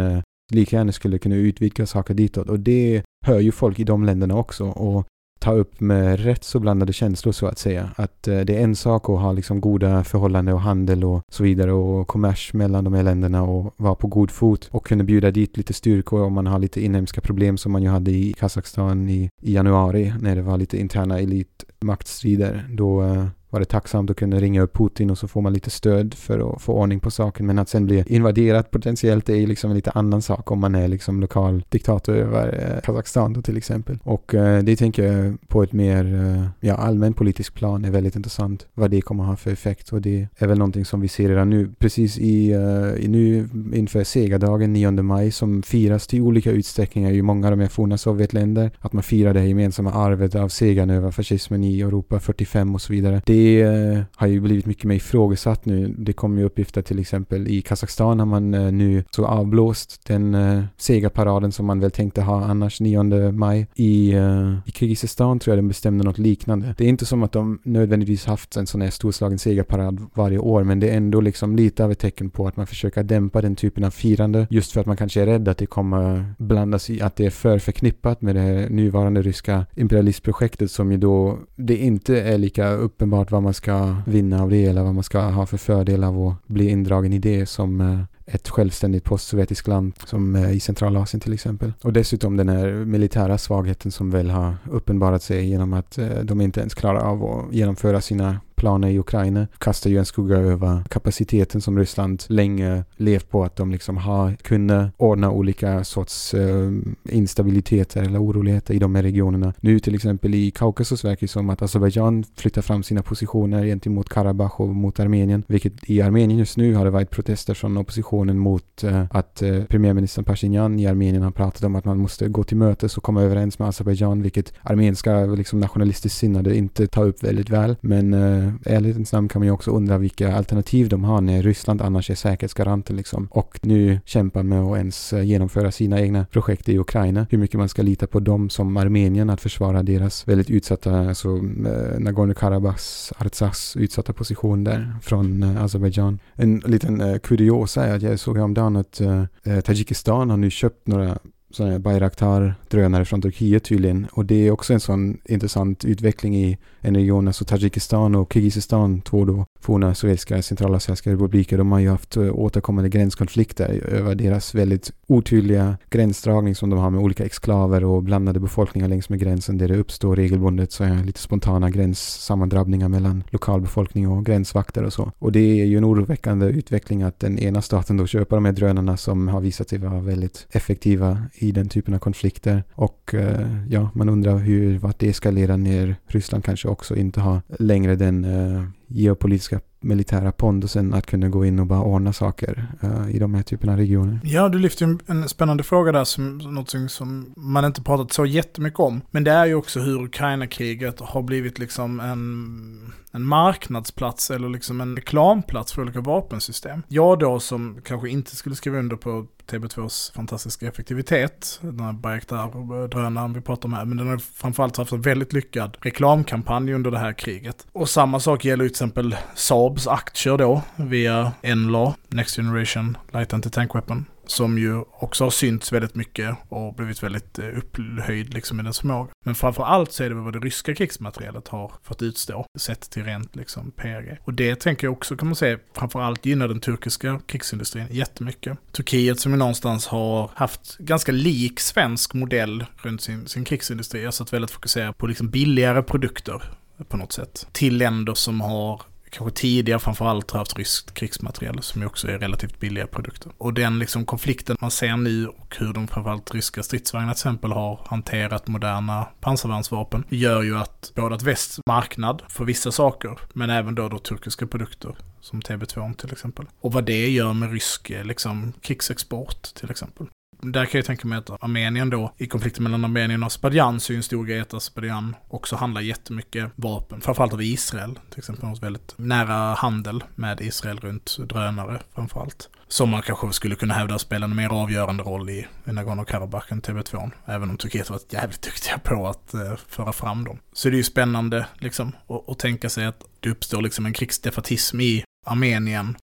lika gärna skulle kunna utvidga saker ditåt. Och det hör ju folk i de länderna också och ta upp med rätt så blandade känslor så att säga. Att eh, det är en sak att ha liksom goda förhållanden och handel och så vidare och kommers mellan de här länderna och vara på god fot och kunna bjuda dit lite styrkor om man har lite inhemska problem som man ju hade i Kazakstan i, i januari när det var lite interna elitmaktstrider. Då eh, var det tacksamt att kunna ringa upp Putin och så får man lite stöd för att få ordning på saken. Men att sen bli invaderat potentiellt är liksom en lite annan sak om man är liksom lokal diktator över eh, Kazakstan då till exempel. Och eh, det tänker jag på ett mer eh, ja, allmän politisk plan är väldigt intressant. Vad det kommer att ha för effekt. Och det är väl någonting som vi ser redan nu. Precis i, eh, i nu inför Segadagen nionde maj som firas till olika utsträckningar i många av de här forna Sovjetländer. Att man firar det gemensamma arvet av segern över fascismen i Europa fyrtiofem och så vidare. Det Det eh, har ju blivit mycket mer ifrågasatt nu. Det kommer ju uppgifter till exempel i Kazakstan har man eh, nu så avblåst den eh, segerparaden som man väl tänkte ha annars nionde maj. I, eh, i Kirgizistan tror jag de bestämde något liknande. Det är inte som att de nödvändigtvis haft en sån här storslagen segerparad varje år, men det är ändå liksom lite av ett tecken på att man försöker dämpa den typen av firande just för att man kanske är rädd att det kommer blandas i, att det är för förknippat med det nuvarande ryska imperialistprojektet som ju då det inte är lika uppenbart vad man ska vinna av det eller vad man ska ha för fördel av att bli indragen i det som eh, ett självständigt postsovjetiskt land som eh, i Centralasien till exempel. Och dessutom den här militära svagheten som väl har uppenbarat sig genom att eh, de inte ens klarar av att genomföra sina planer i Ukraina kastar ju en skugga över kapaciteten som Ryssland länge levt på att de liksom har kunnat ordna olika sorts uh, instabiliteter eller oroligheter i de här regionerna. Nu till exempel i Kaukasus verkar det som att Azerbaijan flyttar fram sina positioner gentemot Karabach och mot Armenien, vilket i Armenien just nu har det varit protester från oppositionen mot uh, att uh, premiärministern Pashinyan i Armenien har pratat om att man måste gå till mötes och komma överens med Azerbaijan, vilket armenska liksom nationalistiskt sinnade inte tar upp väldigt väl, men uh, ärlighetens namn kan man ju också undra vilka alternativ de har när Ryssland annars är säkerhetsgaranten liksom. Och nu kämpar med att ens genomföra sina egna projekt i Ukraina. Hur mycket man ska lita på dem som Armenien att försvara deras väldigt utsatta, alltså eh, Nagorno-Karabachs, Artsachs utsatta position där från eh, Azerbaijan. En liten eh, kuriosa är att jag såg häromdagen att eh, Tadzjikistan har nu köpt några sådana här Bayraktar-drönare från Turkiet tydligen. Och det är också en sån intressant utveckling i en region, alltså Tadzjikistan och Kirgizistan, två då forna sovjetiska centralasiatiska republiker. De har ju haft återkommande gränskonflikter över deras väldigt otydliga gränsdragning som de har med olika exklaver och blandade befolkningar längs med gränsen där det uppstår regelbundet så är lite spontana gränssammandrabbningar mellan lokalbefolkning och gränsvakter och så. Och det är ju en oroväckande utveckling att den ena staten då köper de här drönarna som har visat sig vara väldigt effektiva i den typen av konflikter. Och eh, ja, man undrar hur vart det ska leda ner. Ryssland kanske också inte har längre den eh, geopolitiska militära pondusen att kunna gå in och bara ordna saker uh, i de här typerna av regioner. Ja, du lyfter en, en spännande fråga där som något som man inte pratat så jättemycket om. Men det är ju också hur Ukraina-kriget har blivit liksom en, en marknadsplats eller liksom en reklamplats för olika vapensystem. Jag då som kanske inte skulle skriva under på T B tvås fantastiska effektivitet, den här Bayraktar-drönaren vi pratar om här, men den har framförallt haft en väldigt lyckad reklamkampanj under det här kriget. Och samma sak gäller till exempel Saabs aktier då via N L A, Next Generation Light Anti-Tank Weapon, som ju också har synts väldigt mycket och blivit väldigt upphöjd liksom i dess förmåga. Men framförallt så är det vad det ryska krigsmaterialet har fått utstå, sett till rent liksom P R G. Och det tänker jag också kan man säga framförallt gynnar den turkiska krigsindustrin jättemycket. Turkiet som ju någonstans har haft ganska lik svensk modell runt sin, sin krigsindustri, alltså att väldigt fokusera på liksom billigare produkter på något sätt. Till länder som har kanske tidigare framförallt har haft ryskt krigsmaterial som ju också är relativt billiga produkter. Och den liksom konflikten man ser nu och hur de framförallt ryska stridsvagnar till exempel har hanterat moderna pansarvärnsvapen gör ju att både att västs marknad för vissa saker men även då, då turkiska produkter som T B två till exempel. Och vad det gör med rysk liksom, krigsexport till exempel. Där kan jag tänka mig att Armenien då, i konflikten mellan Armenien och Azerbaijan så är en stor grej att Azerbaijan också handlar jättemycket vapen, framförallt av Israel, till exempel något väldigt nära handel med Israel runt drönare framförallt. Som man kanske skulle kunna hävda spelar en mer avgörande roll i Nagorno-Karabach än T B två, även om Turkiet har varit jävligt duktiga på att uh, föra fram dem. Så det är ju spännande liksom, att, att tänka sig att det uppstår liksom en krigsdefatism i Armenien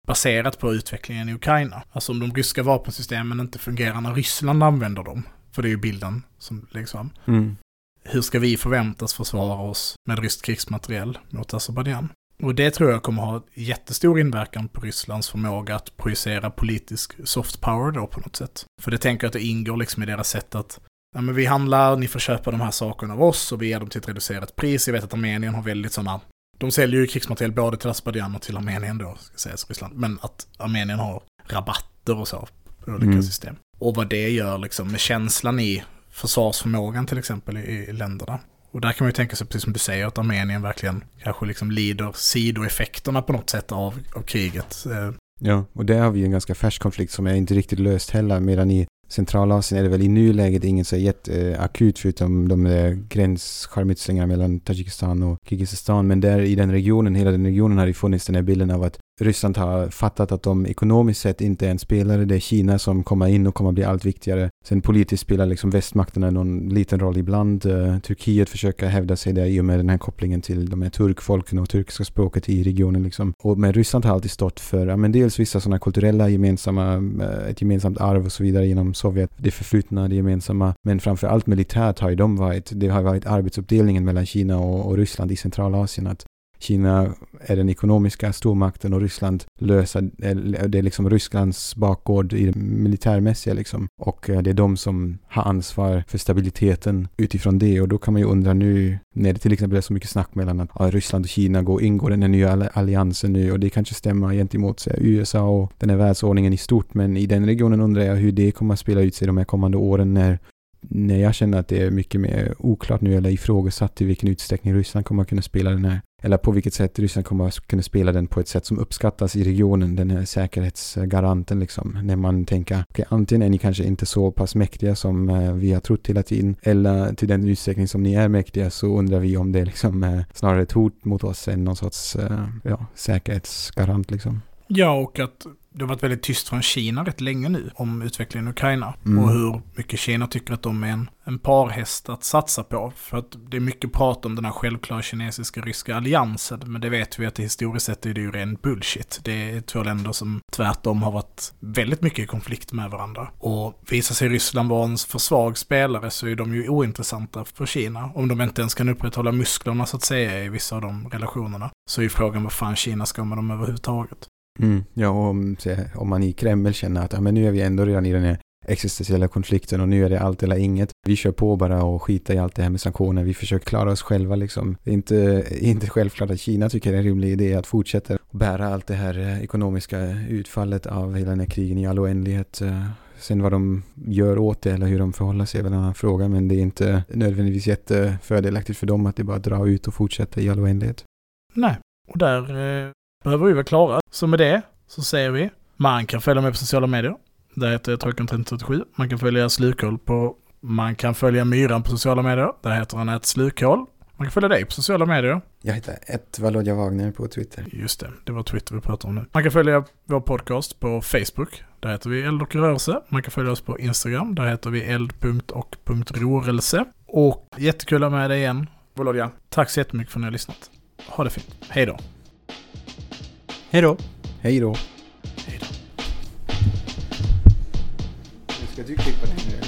baserat på utvecklingen i Ukraina. Alltså om de ryska vapensystemen inte fungerar när Ryssland använder dem, för det är ju bilden som läggs fram. Mm. Hur ska vi förväntas försvara oss med ryskt krigsmateriel mot Azerbaijan? Och det tror jag kommer ha jättestor inverkan på Rysslands förmåga att projicera politisk soft power då på något sätt. För det tänker jag att det ingår liksom i deras sätt att ja, men vi handlar, ni får köpa de här sakerna av oss och vi ger dem till ett reducerat pris. Jag vet att Armenien har väldigt sådana, de säljer ju krigsmateriel både till Azerbaijan och till Armenien då, ska sägas Ryssland. Men att Armenien har rabatter och så på olika mm. system. Och vad det gör liksom med känslan i försvarsförmågan till exempel i, i länderna. Och där kan man ju tänka sig, precis som du säger, att Armenien verkligen kanske liksom lider sidoeffekterna på något sätt av, av kriget. Ja, och där har vi ju en ganska färsk konflikt som är inte riktigt löst heller, medan i Centralasien är det väl i nuläget ingen så jätteakut förutom de gränsskärmytslingarna mellan Tadzjikistan och Kirgizistan, men där i den regionen, hela den regionen har det funnits den här bilden av att Ryssland har fattat att de ekonomiskt sett inte är en spelare. Det är Kina som kommer in och kommer bli allt viktigare. Sen politiskt spelar liksom västmakterna någon liten roll ibland. Uh, Turkiet försöker hävda sig där i och med den här kopplingen till de här turkfolken och turkiska språket i regionen liksom. Och men Ryssland har alltid stått för ja, men dels vissa sådana kulturella gemensamma, uh, ett gemensamt arv och så vidare genom Sovjet. Det förflutna, det gemensamma. Men framför allt militärt har ju de varit, det har varit arbetsuppdelningen mellan Kina och, och Ryssland i Centralasien, att Kina är den ekonomiska stormakten och Ryssland löser, det är liksom Rysslands bakgård i det militärmässiga liksom. Och det är de som har ansvar för stabiliteten utifrån det. Och då kan man ju undra nu, när det till exempel är så mycket snack mellan att ja, Ryssland och Kina går, ingår den här nya alliansen nu, och det kanske stämmer gentemot sig, U S A och den här världsordningen i stort. Men i den regionen undrar jag hur det kommer att spela ut sig de här kommande åren när när jag känner att det är mycket mer oklart nu eller ifrågasatt i vilken utsträckning Ryssland kommer att kunna spela den här, eller på vilket sätt Ryssland kommer att kunna spela den på ett sätt som uppskattas i regionen, den här säkerhetsgaranten liksom. När man tänker, okej, okay, antingen är ni kanske inte så pass mäktiga som eh, vi har trott hela tiden, eller till den utsträckning som ni är mäktiga så undrar vi om det är liksom eh, snarare ett hot mot oss än någon sorts eh, ja, säkerhetsgarant liksom. Ja, och att det har varit väldigt tyst från Kina rätt länge nu om utvecklingen i Ukraina. Mm. Och hur mycket Kina tycker att de är en, en parhäst att satsa på. För att det är mycket prat om den här självklara kinesiska ryska alliansen. Men det vet vi att historiskt sett är det ju ren bullshit. Det är två länder som tvärtom har varit väldigt mycket i konflikt med varandra. Och visar sig Ryssland vara en för svag spelare så är de ju ointressanta för Kina. Om de inte ens kan upprätthålla musklerna så att säga i vissa av de relationerna. Så är ju frågan vad fan Kina ska med dem överhuvudtaget. Mm, ja, om, om man i Kreml känner att ja, men nu är vi ändå redan i den här existentiella konflikten och nu är det allt eller inget. Vi kör på bara och skiter i allt det här med sanktioner. Vi försöker klara oss själva liksom. Det är inte, inte självklart att Kina tycker det är en rimlig idé att fortsätta bära allt det här ekonomiska utfallet av hela den här krigen i all oändlighet. Sen vad de gör åt det eller hur de förhåller sig är väl en annan fråga, men det är inte nödvändigtvis jättefördelaktigt för dem att det bara drar ut och fortsätta i all oändlighet. Nej, och där eh, behöver vi vara klara. Så med det så säger vi, man kan följa med på sociala medier. Där heter jag Trojkan tre trettiosju. Man kan följa Slukhål på, man kan följa Myran på sociala medier. Där heter han ett Slukhål. Man kan följa dig på sociala medier. Jag heter ett Volodja Wagner på Twitter. Just det, det var Twitter vi pratade om nu. Man kan följa vår podcast på Facebook. Där heter vi Eld och rörelse. Man kan följa oss på Instagram. Där heter vi eld och rörelse. Och jättekul att ha med dig igen, Volodja. Tack så jättemycket för att ni har lyssnat. Ha det fint. Hej då. Hej då. Hej då. Hej då. Ska du klippa den nu?